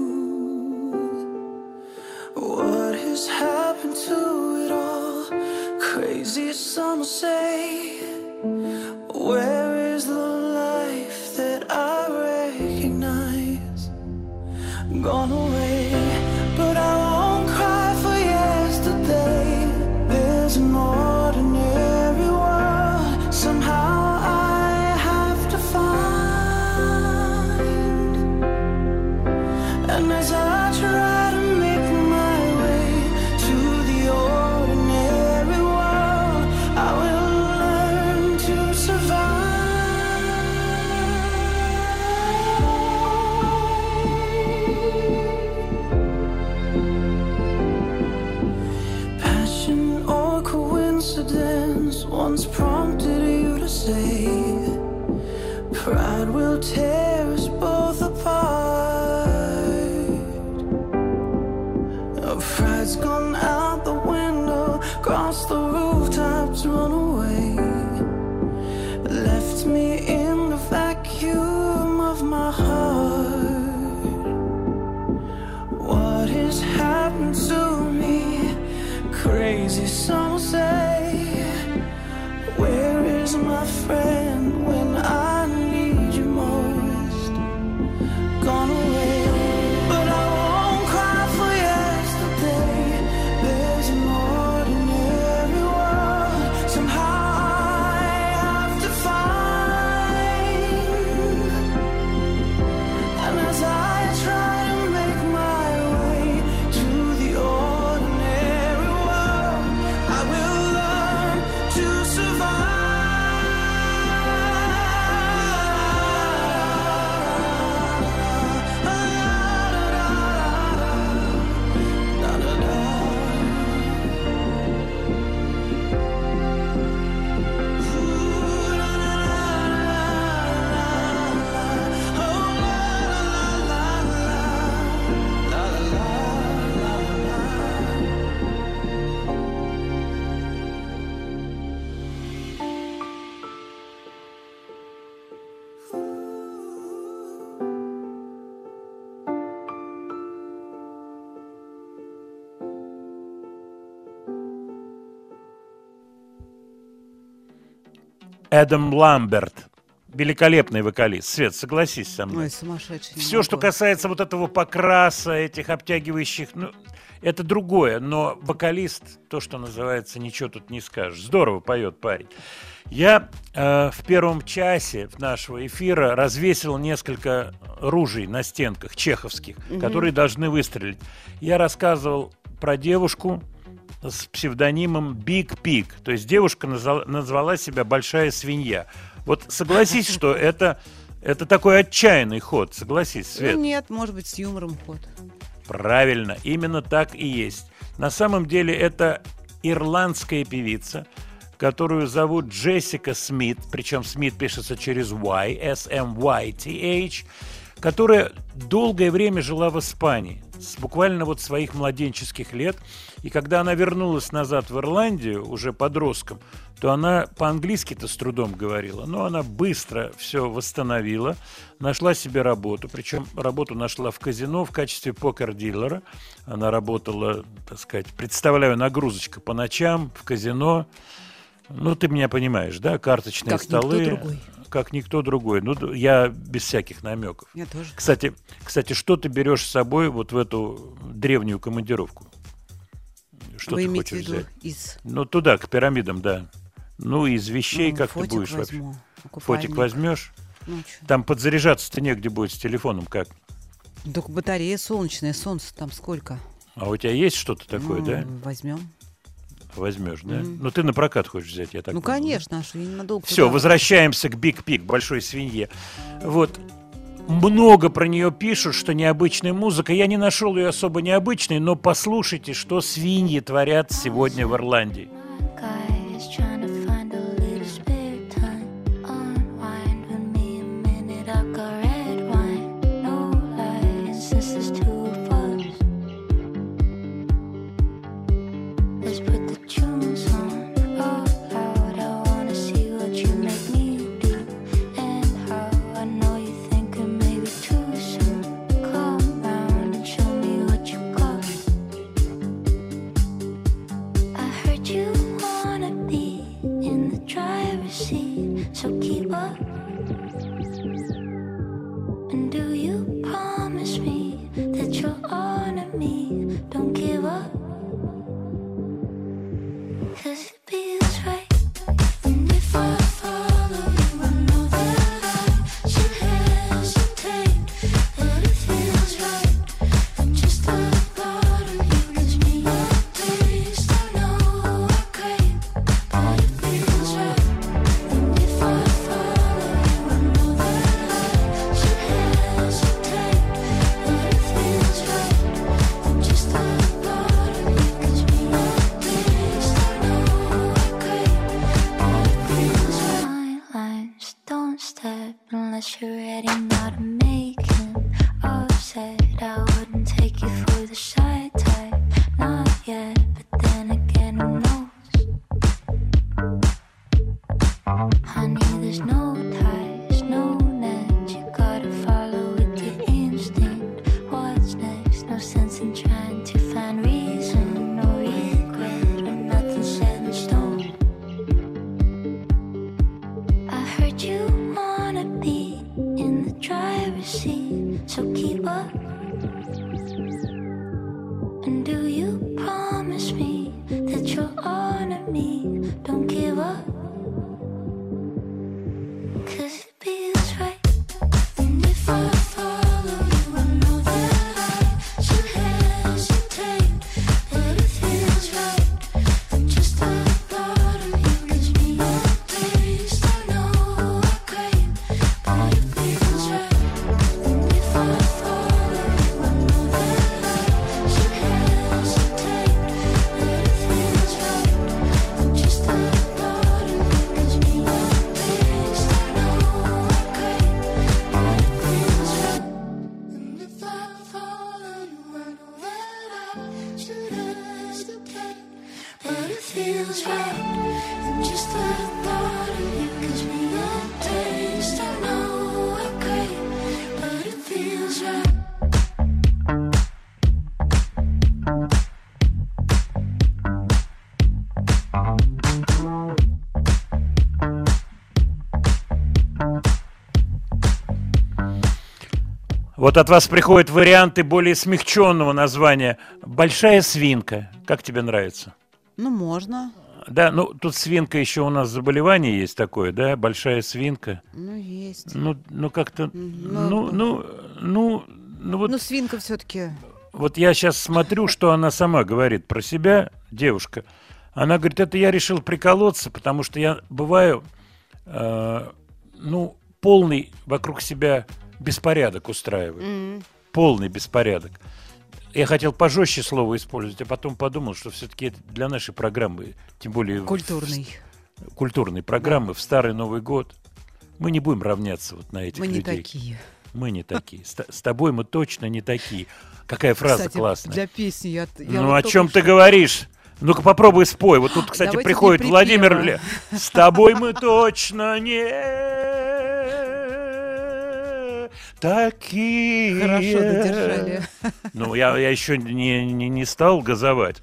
What has happened to it all? Crazy, some say. Where is the life that I recognize? Gone away, but I won't cry for yesterday. There's an ordinary world somehow I have to find. And as I try to make my way to the ordinary world, I will learn to survive. Passion or coincidence once prompted you to say, pride will tear us both apart. Pride's gone out the window, crossed the rooftops, run away. Left me in the vacuum of my heart. What has happened to me? Crazy, some say. Where is my friend when I need you most? Gone away, but I won't cry for yesterday. There's an ordinary world somehow I have to find. And as I try to make my way to the ordinary world, I will learn to survive. Адам Ламберт. Великолепный вокалист. Свет, согласись со мной. Ой, сумасшедший. Все, что касается вот этого покраса, этих обтягивающих, ну, это другое. Но вокалист, то, что называется, ничего тут не скажешь. Здорово поет парень. Я в первом часе нашего эфира развесил несколько ружей на стенках чеховских, которые должны выстрелить. Я рассказывал про девушку с псевдонимом Big Pig. То есть девушка назвала себя Большая свинья. Вот согласись, что это такой отчаянный ход. Согласись, Свет. Ну, нет, может быть, с юмором ход. Правильно, именно так и есть. На самом деле это ирландская певица, которую зовут Джессика Смит, причем Смит пишется через Y, S-M-Y-T-H, которая долгое время жила в Испании, буквально вот своих младенческих лет. И когда она вернулась назад в Ирландию, уже подростком, то она по-английски-то с трудом говорила, но она быстро все восстановила, нашла себе работу, причем работу нашла в казино в качестве покер-дилера. Она работала, так сказать, представляю, нагрузочка по ночам в казино. Ну, ты меня понимаешь, да? Карточные как столы. Никто другой. Как никто другой. Ну, я без всяких намеков. Я тоже. Кстати, что ты берешь с собой вот в эту древнюю командировку? Что Вы ты имеете хочешь в виду взять? из... Ну, туда, к пирамидам, да. Ну, из вещей, как ты будешь возьму, вообще? Фотик возьмешь? Ну, там подзаряжаться-то негде будет с телефоном, как? Только батарея солнечная, солнце там сколько? А у тебя есть что-то такое, да? Возьмем. возьмешь, да? Ну, ты на прокат хочешь взять, я так Ну, понял, конечно, аж ненадолго. Все, туда. возвращаемся к Биг Пиг, большой свинье. Вот. Много про нее пишут, что необычная музыка. Я не нашел ее особо необычной, но послушайте, что свиньи творят сегодня в Ирландии. Вот от вас приходят варианты более смягченного названия. «Большая свинка». Как тебе нравится? Ну, можно. Да, ну тут свинка еще у нас заболевание есть такое, да? Большая свинка. Ну, есть. Ну как-то... Ну, вот... свинка все-таки... Вот я сейчас смотрю, что она сама говорит про себя, девушка. Она говорит, это я решил приколоться, потому что я бываю, полный вокруг себя беспорядок устраиваю. Полный беспорядок. Я хотел пожестче слово использовать, а потом подумал, что все-таки это для нашей программы, тем более... Культурной программы в Старый Новый год. Мы не будем равняться вот на этих людей. Мы не такие. Мы не такие. С тобой мы точно не такие. Какая фраза кстати, классная. Для песни я ну, о чем ты говоришь? Ну-ка попробуй спой. Вот тут, кстати, приходит Владимир. С тобой мы точно не такие. Хорошо додержали. Ну, я еще не стал газовать.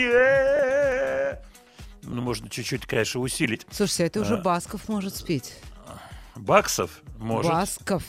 Ну, можно чуть-чуть, конечно, усилить. Слушайте, это уже Басков может спеть. Баксов может. Басков.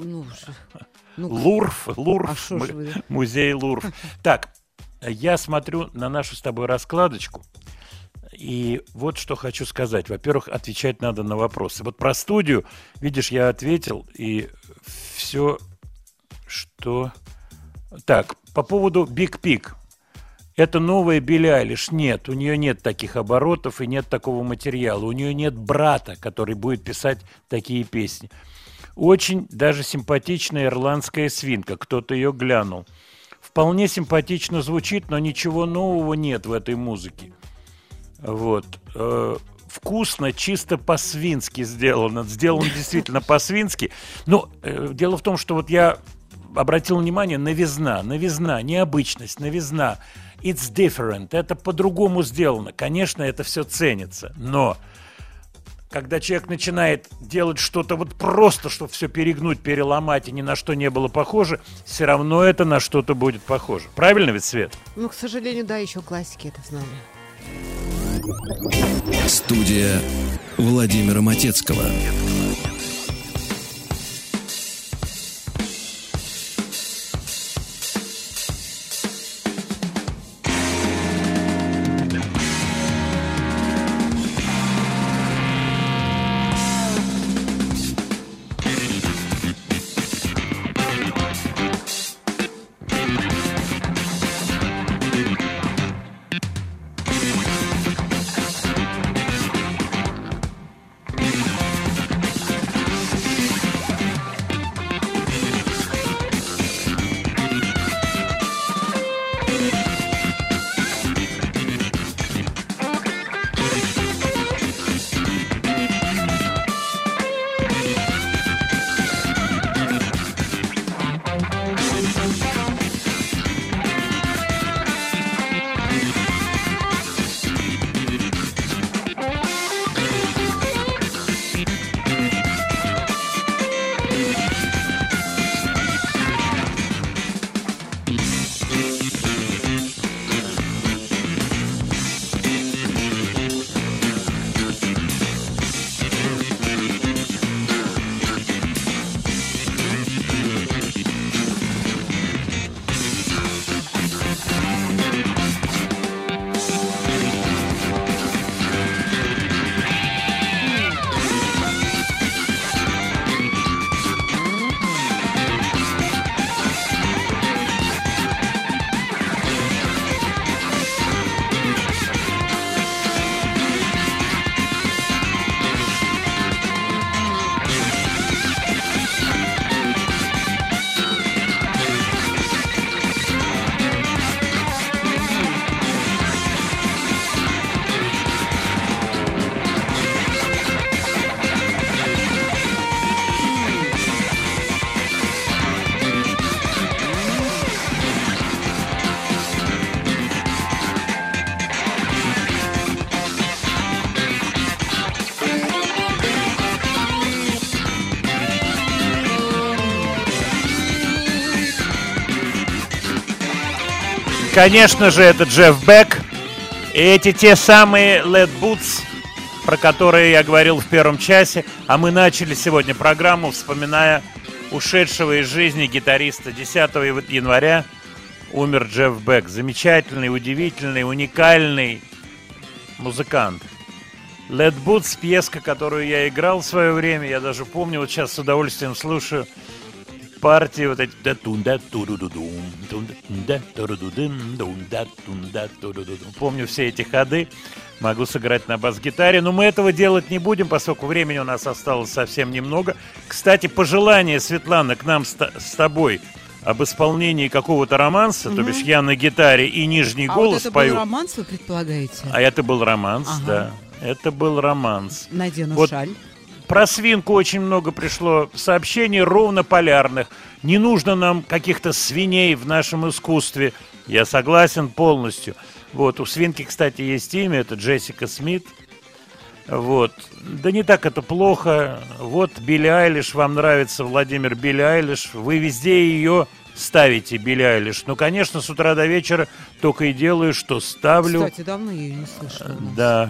Лурф, музей Лурф. Так, я смотрю на нашу с тобой раскладочку, и вот что хочу сказать. Во-первых, отвечать надо на вопросы. Вот про студию, видишь, я ответил, и все, что... Так, по поводу Биг Пиг. это новая Билли Айлиш. Нет, у нее нет таких оборотов и нет такого материала. У нее нет брата, который будет писать такие песни. Очень даже симпатичная ирландская свинка. Кто-то ее глянул. Вполне симпатично звучит, но ничего нового нет в этой музыке. Вот. Вкусно, чисто по-свински сделано. Сделано действительно по-свински. Но дело в том, что вот я обратил внимание, новизна, необычность, новизна. It's different. Это по-другому сделано. Конечно, это все ценится. Но когда человек начинает делать что-то вот просто, чтобы все перегнуть, переломать и ни на что не было похоже, все равно это на что-то будет похоже. Правильно ведь, Свет? Ну, к сожалению, да, еще классики это знали. Студия Владимира Матецкого. Конечно же, это Джефф Бек. И эти те самые Led Boots, про которые я говорил в первом часе. А мы начали сегодня программу, вспоминая ушедшего из жизни гитариста. 10 января умер Джефф Бек. Замечательный, удивительный, уникальный музыкант. Led Boots, пьеска, которую я играл в свое время. Я даже помню, вот сейчас с удовольствием слушаю партии вот эти. Помню все эти ходы. Могу сыграть на бас-гитаре. Но мы этого делать не будем, поскольку времени у нас осталось совсем немного. Кстати, пожелание, Светлана, к нам с тобой об исполнении какого-то романса, то бишь я на гитаре и нижний голос вот это пою. был романс, вы предполагаете? А это был романс, да. Это был романс. Надену вот шаль. Про свинку очень много пришло сообщений, ровно полярных. Не нужно нам каких-то свиней в нашем искусстве. Я согласен полностью. Вот, у свинки, кстати, есть имя, это Джессика Смит. Вот. Да не так это плохо. Вот Билли Айлиш, вам нравится, Владимир, Билли Айлиш. Вы везде ее ставите, Билли Айлиш. Ну, конечно, с утра до вечера только и делаю, что ставлю. Кстати, давно я ее не слышала. Да.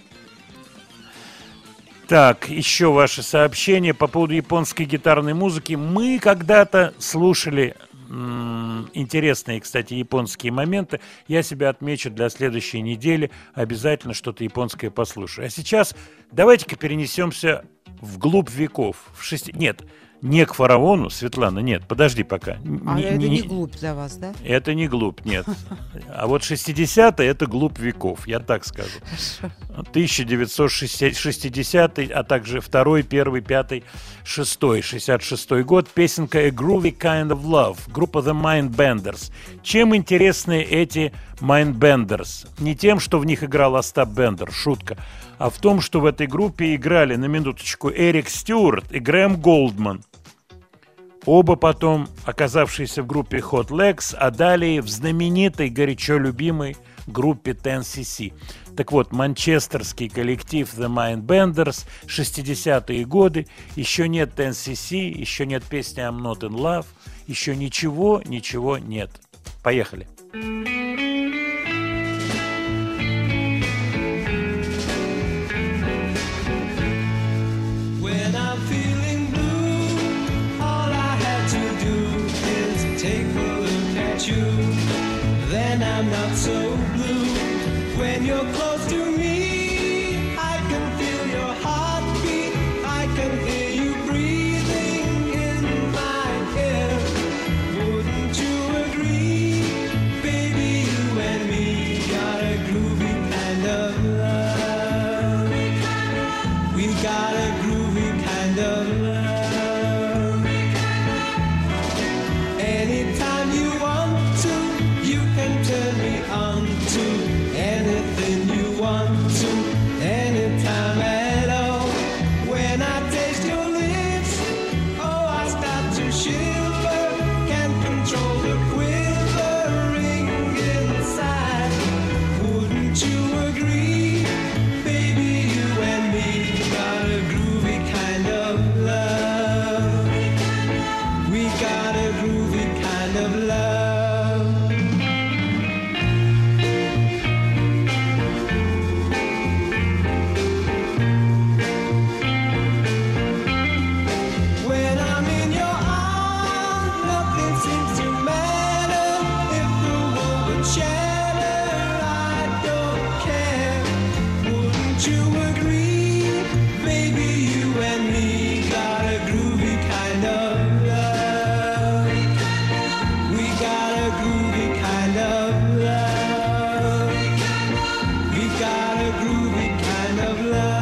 Так, еще ваши сообщения по поводу японской гитарной музыки. Мы когда-то слушали интересные, кстати, японские моменты. Я себя отмечу для следующей недели. Обязательно что-то японское послушаю. А сейчас давайте-ка перенесемся вглубь веков. Нет, не к фараону, Светлана, нет, подожди пока. Это не глупь для вас, да? Это не глупь, нет. А вот 60-е — это глупь веков, я так скажу. 1960, а также 2-й, 1-й, 5-й, 6-й, 66-й год. Песенка «A Groovy Kind of Love», группа The Mindbenders. Чем интересны эти Mindbenders? Не тем, что в них играл Остап Бендер, шутка, а в том, что в этой группе играли, на минуточку, Эрик Стюарт и Грэм Голдман. Оба потом, оказавшиеся в группе Hot Legs, а далее в знаменитой, горячо любимой группе 10cc. Так вот, манчестерский коллектив The Mindbenders, 60-е годы, еще нет 10cc, еще нет песни I'm Not In Love, еще ничего нет. Поехали. When I'm feeling blue, all I have to do is take a look at you. Then I'm not so blue. When you're close to me, I can feel your heartbeat. I can hear you breathing in my ear. Wouldn't you agree? Baby, you and me got a groovy kind of love. We got a groovy kind of love. Anytime you want to, you can turn me on to anything you want to, anytime at all. When I taste your lips, oh, I start to shiver. Can't control the quivering inside. Wouldn't you agree? Baby, you and me got a groovy kind of love. We got a groovy kind of love. When I'm in your arms, nothing seems to matter. If the world would shatter, I don't care. Wouldn't you agree? Baby, you and me got a groovy kind of love. We got a groovy kind of love. We got a groovy kind of love.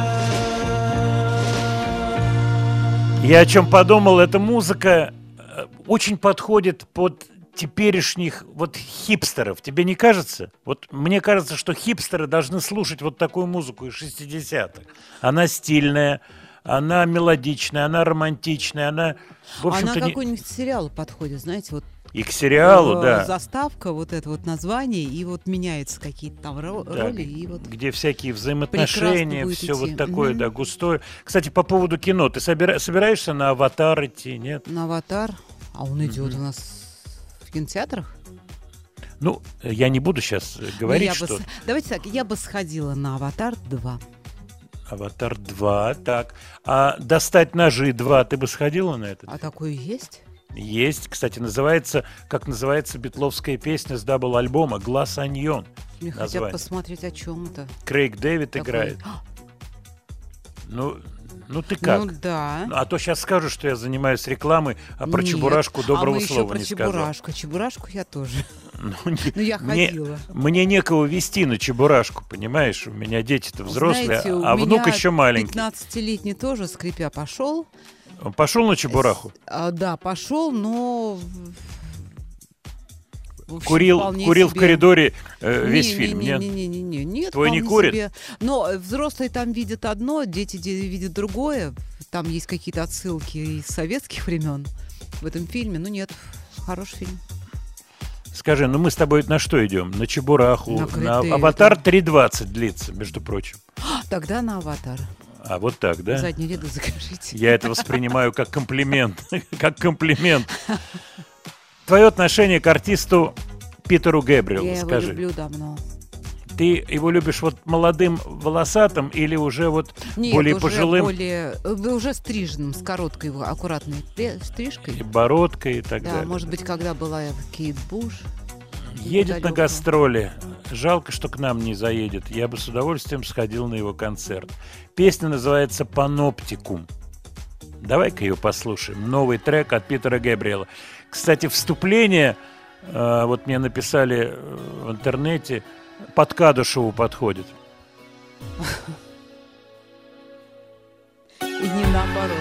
Я о чем подумал, эта музыка очень подходит под теперешних вот хипстеров. Тебе не кажется? Вот мне кажется, что хипстеры должны слушать вот такую музыку из 60-х. Она стильная, она мелодичная, она романтичная, она, в общем-то, Она какой-нибудь сериал подходит, знаете, вот и к сериалу, да. Заставка, вот это вот название, и вот меняются какие-то там роли. И вот где всякие взаимоотношения, будет все идти. вот такое, да, густое. Кстати, по поводу кино, ты собираешься на «Аватар» идти, нет? На «Аватар», а он идет у нас в кинотеатрах? Ну, я не буду сейчас говорить, что... Давайте так, я бы сходила на «Аватар 2». «Аватар 2», так. А «Достать ножи 2» ты бы сходила на это? А такое есть? Есть, кстати, называется битловская песня с дабл-альбома «Глаз Аньон». Мне хотят посмотреть, о чем это. Крейг Дэвид играет. Ну, ты как? Ну, да. А то сейчас скажу, что я занимаюсь рекламой, а про Чебурашку доброго слова не сказал. Чебурашку. Чебурашку я тоже. Я ходила. Мне некого вести на Чебурашку, понимаешь? У меня дети-то взрослые, знаете, а внук еще маленький. 15-летний тоже, скрипя, пошел. Он пошел на Чебураху? Да, пошел, но... Курил в коридоре весь фильм, нет? Нет, твой не курит? Себе. Но взрослые там видят одно, дети видят другое. Там есть какие-то отсылки из советских времен в этом фильме. Ну нет, хороший фильм. Скажи, ну мы с тобой на что идем? На Чебураху, на «Аватар» 3:20 длится, между прочим. Тогда на «Аватар». А вот так, да? Задние ряды закажите. Я это воспринимаю как комплимент. Как комплимент. Твое отношение к артисту Питеру Гэбриэлу, скажи. Я его люблю давно. Ты его любишь вот молодым, волосатым или уже вот более пожилым? Нет, уже стриженным, с короткой, аккуратной стрижкой. И бородкой и так далее. Да, может быть, когда была Кейт Буш. Едет на гастроли. Жалко, что к нам не заедет. Я бы с удовольствием сходил на его концерт. Песня называется «Паноптикум». Давай-ка ее послушаем. Новый трек от Питера Гэбриэла. Кстати, вступление, вот мне написали в интернете, под Кадышеву подходит. И не наоборот.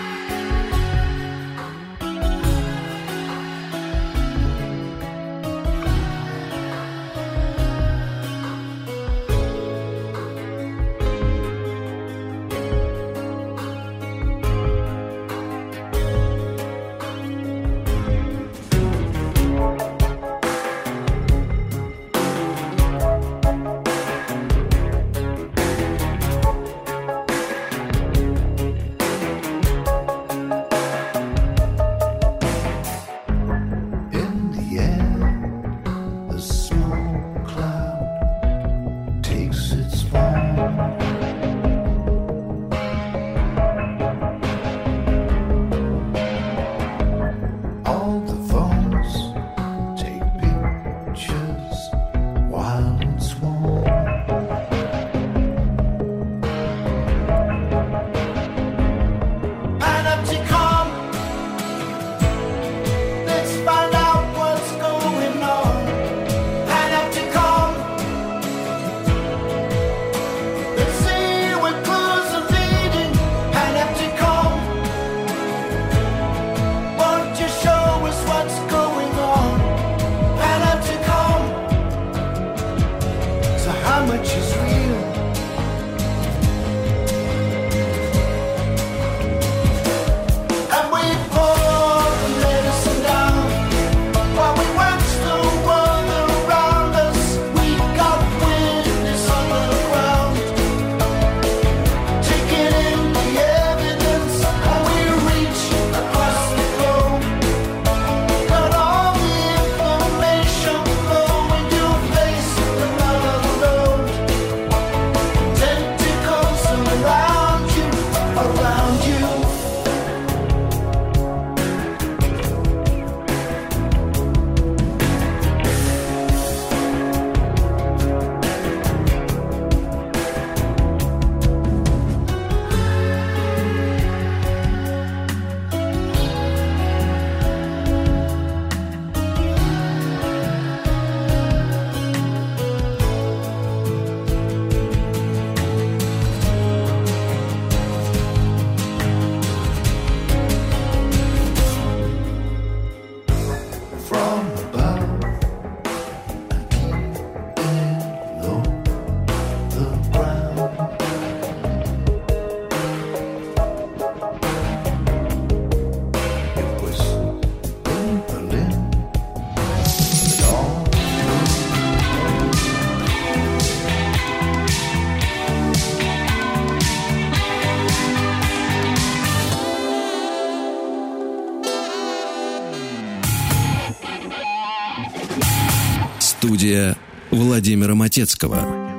Студия Владимира Матецкого.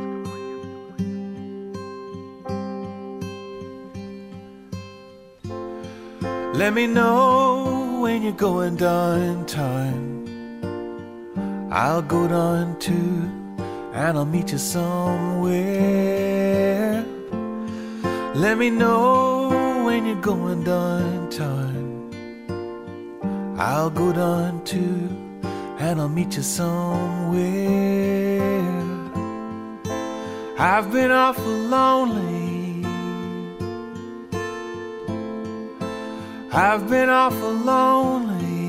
Let me know when you're going down time. I'll go down too, and I'll meet you somewhere. Let me know when you're going down time. I'll go down too, and I'll meet you somewhere. I've been awful lonely. I've been awful lonely.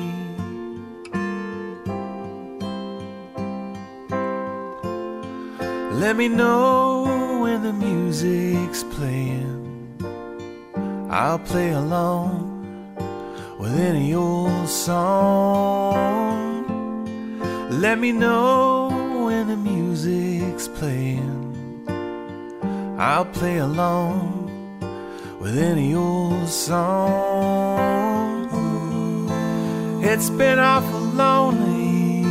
Let me know when the music's playing. I'll play along with any old song. Let me know when the music's playing. I'll play along with any old song. It's been awful lonely.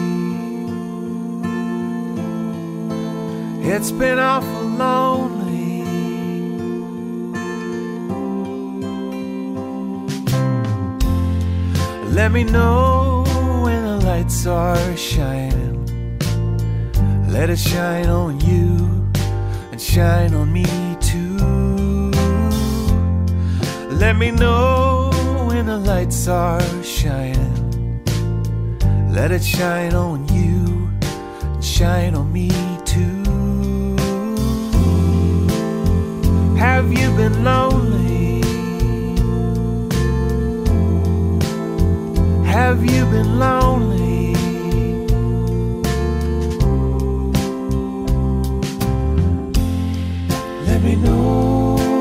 It's been awful lonely. Let me know when the lights are shining. Let it shine on you and shine on me too. Let me know when the lights are shining. Let it shine on you, shine on me too. Have you been lonely? Have you been lonely? Let me know.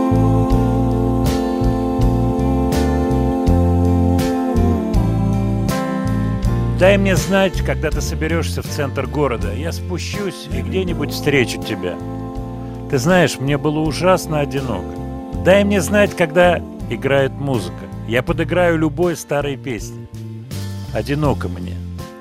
Дай мне знать, когда ты соберешься в центр города. Я спущусь и где-нибудь встречу тебя. Ты знаешь, мне было ужасно одиноко. Дай мне знать, когда играет музыка. Я подыграю любой старой песне. Одиноко мне.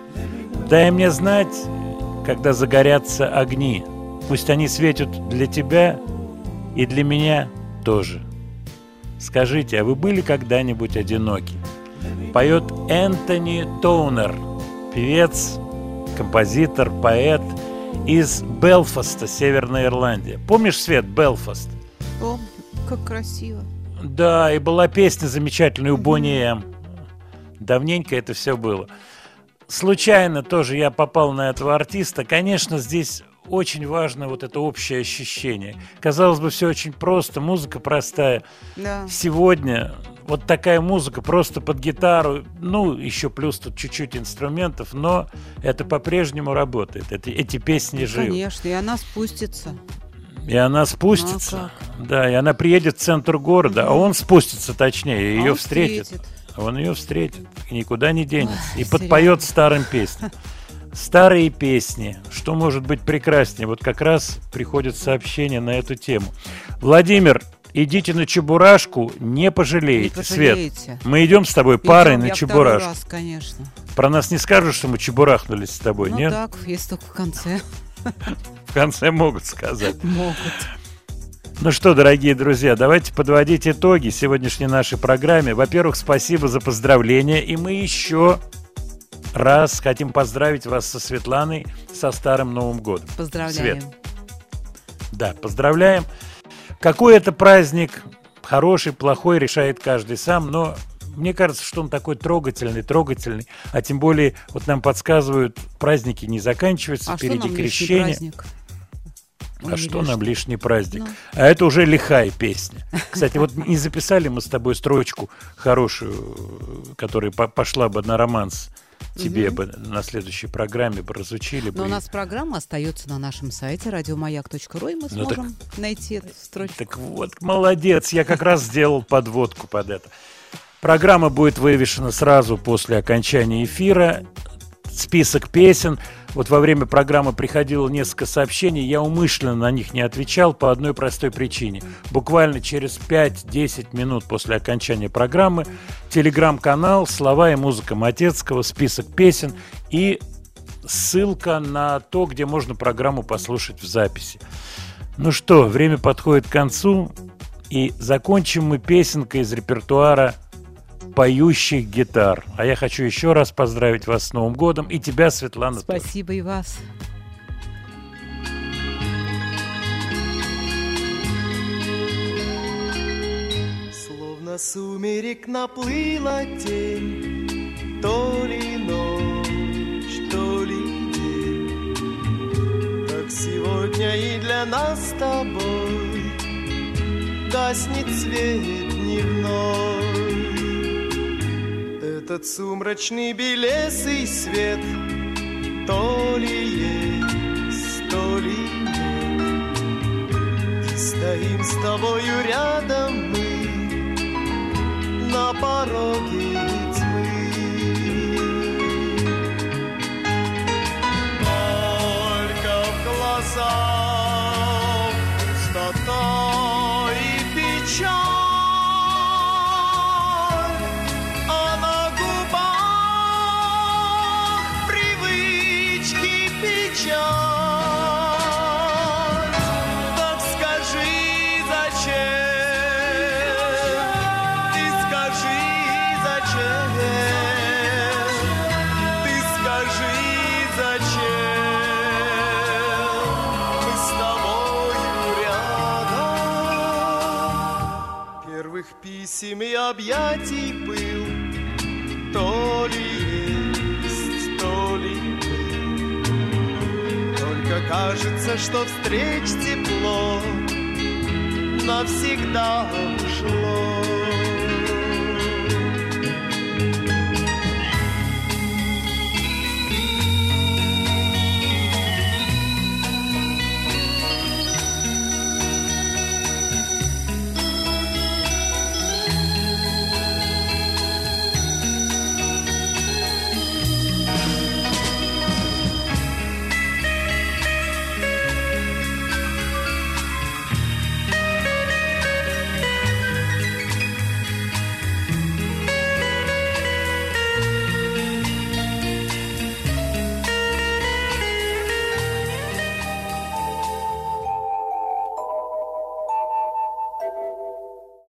Дай мне знать, когда загорятся огни. Пусть они светят для тебя и для меня тоже. Скажите, а вы были когда-нибудь одиноки? Поет Энтони Тоунер, певец, композитор, поэт из Белфаста, Северная Ирландия. Помнишь, Свет, Белфаст? Помню, как красиво. Да, и была песня замечательная у Бонни М. Давненько это все было. Случайно тоже я попал на этого артиста. Конечно, здесь очень важно вот это общее ощущение. Казалось бы, все очень просто, музыка простая. Да. Сегодня вот такая музыка просто под гитару, ну, еще плюс тут чуть-чуть инструментов, но это по-прежнему работает. Эти песни живы. Конечно, и она спустится. И она спустится. Да, и она приедет в центр города, а он спустится, точнее, ее встретит. Он ее встретит и никуда не денется. И подпоет старым песням. Старые песни. Что может быть прекраснее? Вот как раз приходит сообщение на эту тему. Владимир, идите на Чебурашку, не пожалеете. Свет, мы идем с тобой парой на Чебурашку. Раз, конечно. Про нас не скажешь, что мы чебурахнулись с тобой, ну, нет? Ну так, если только в конце. В конце могут сказать. Могут. Ну что, дорогие друзья, давайте подводить итоги сегодняшней нашей программе. Во-первых, спасибо за поздравления. И мы еще раз хотим поздравить вас со Светланой, со Старым Новым годом. Поздравляем. Свет. Да, поздравляем. Какой это праздник, хороший, плохой, решает каждый сам, но мне кажется, что он такой трогательный, а тем более, вот нам подсказывают, праздники не заканчиваются, впереди крещение. А что нам лишний праздник? А это уже лихая песня. Кстати, вот не записали мы с тобой строчку хорошую, которая пошла бы на романс. Тебе бы на следующей программе бы разучили бы. Но у нас программа остается на нашем сайте радиомаяк.ру, и мы сможем найти эту строчку. Так вот, молодец, я как раз сделал подводку под это. Программа будет вывешена сразу после окончания эфира. Список песен. Вот во время программы приходило несколько сообщений, я умышленно на них не отвечал по одной простой причине. Буквально через 5-10 минут после окончания программы телеграм-канал «Слова и музыка Матецкого», список песен и ссылка на то, где можно программу послушать в записи. Ну что, время подходит к концу, и закончим мы песенкой из репертуара поющих гитар. А я хочу еще раз поздравить вас с Новым годом. И тебя, Светлана. Спасибо тоже. И вас. Словно сумерек наплыла тень, то ли ночь, то ли день. Так сегодня и для нас с тобой гаснет свет дневной. Этот сумрачный белесый свет то ли есть, то ли нет. И стоим с тобою рядом мы на пороге тьмы. Только в глазах пустота и печаль. семи объятий пыл, то ли есть, то ли нет. Только кажется, что встреч тепло навсегда ушло.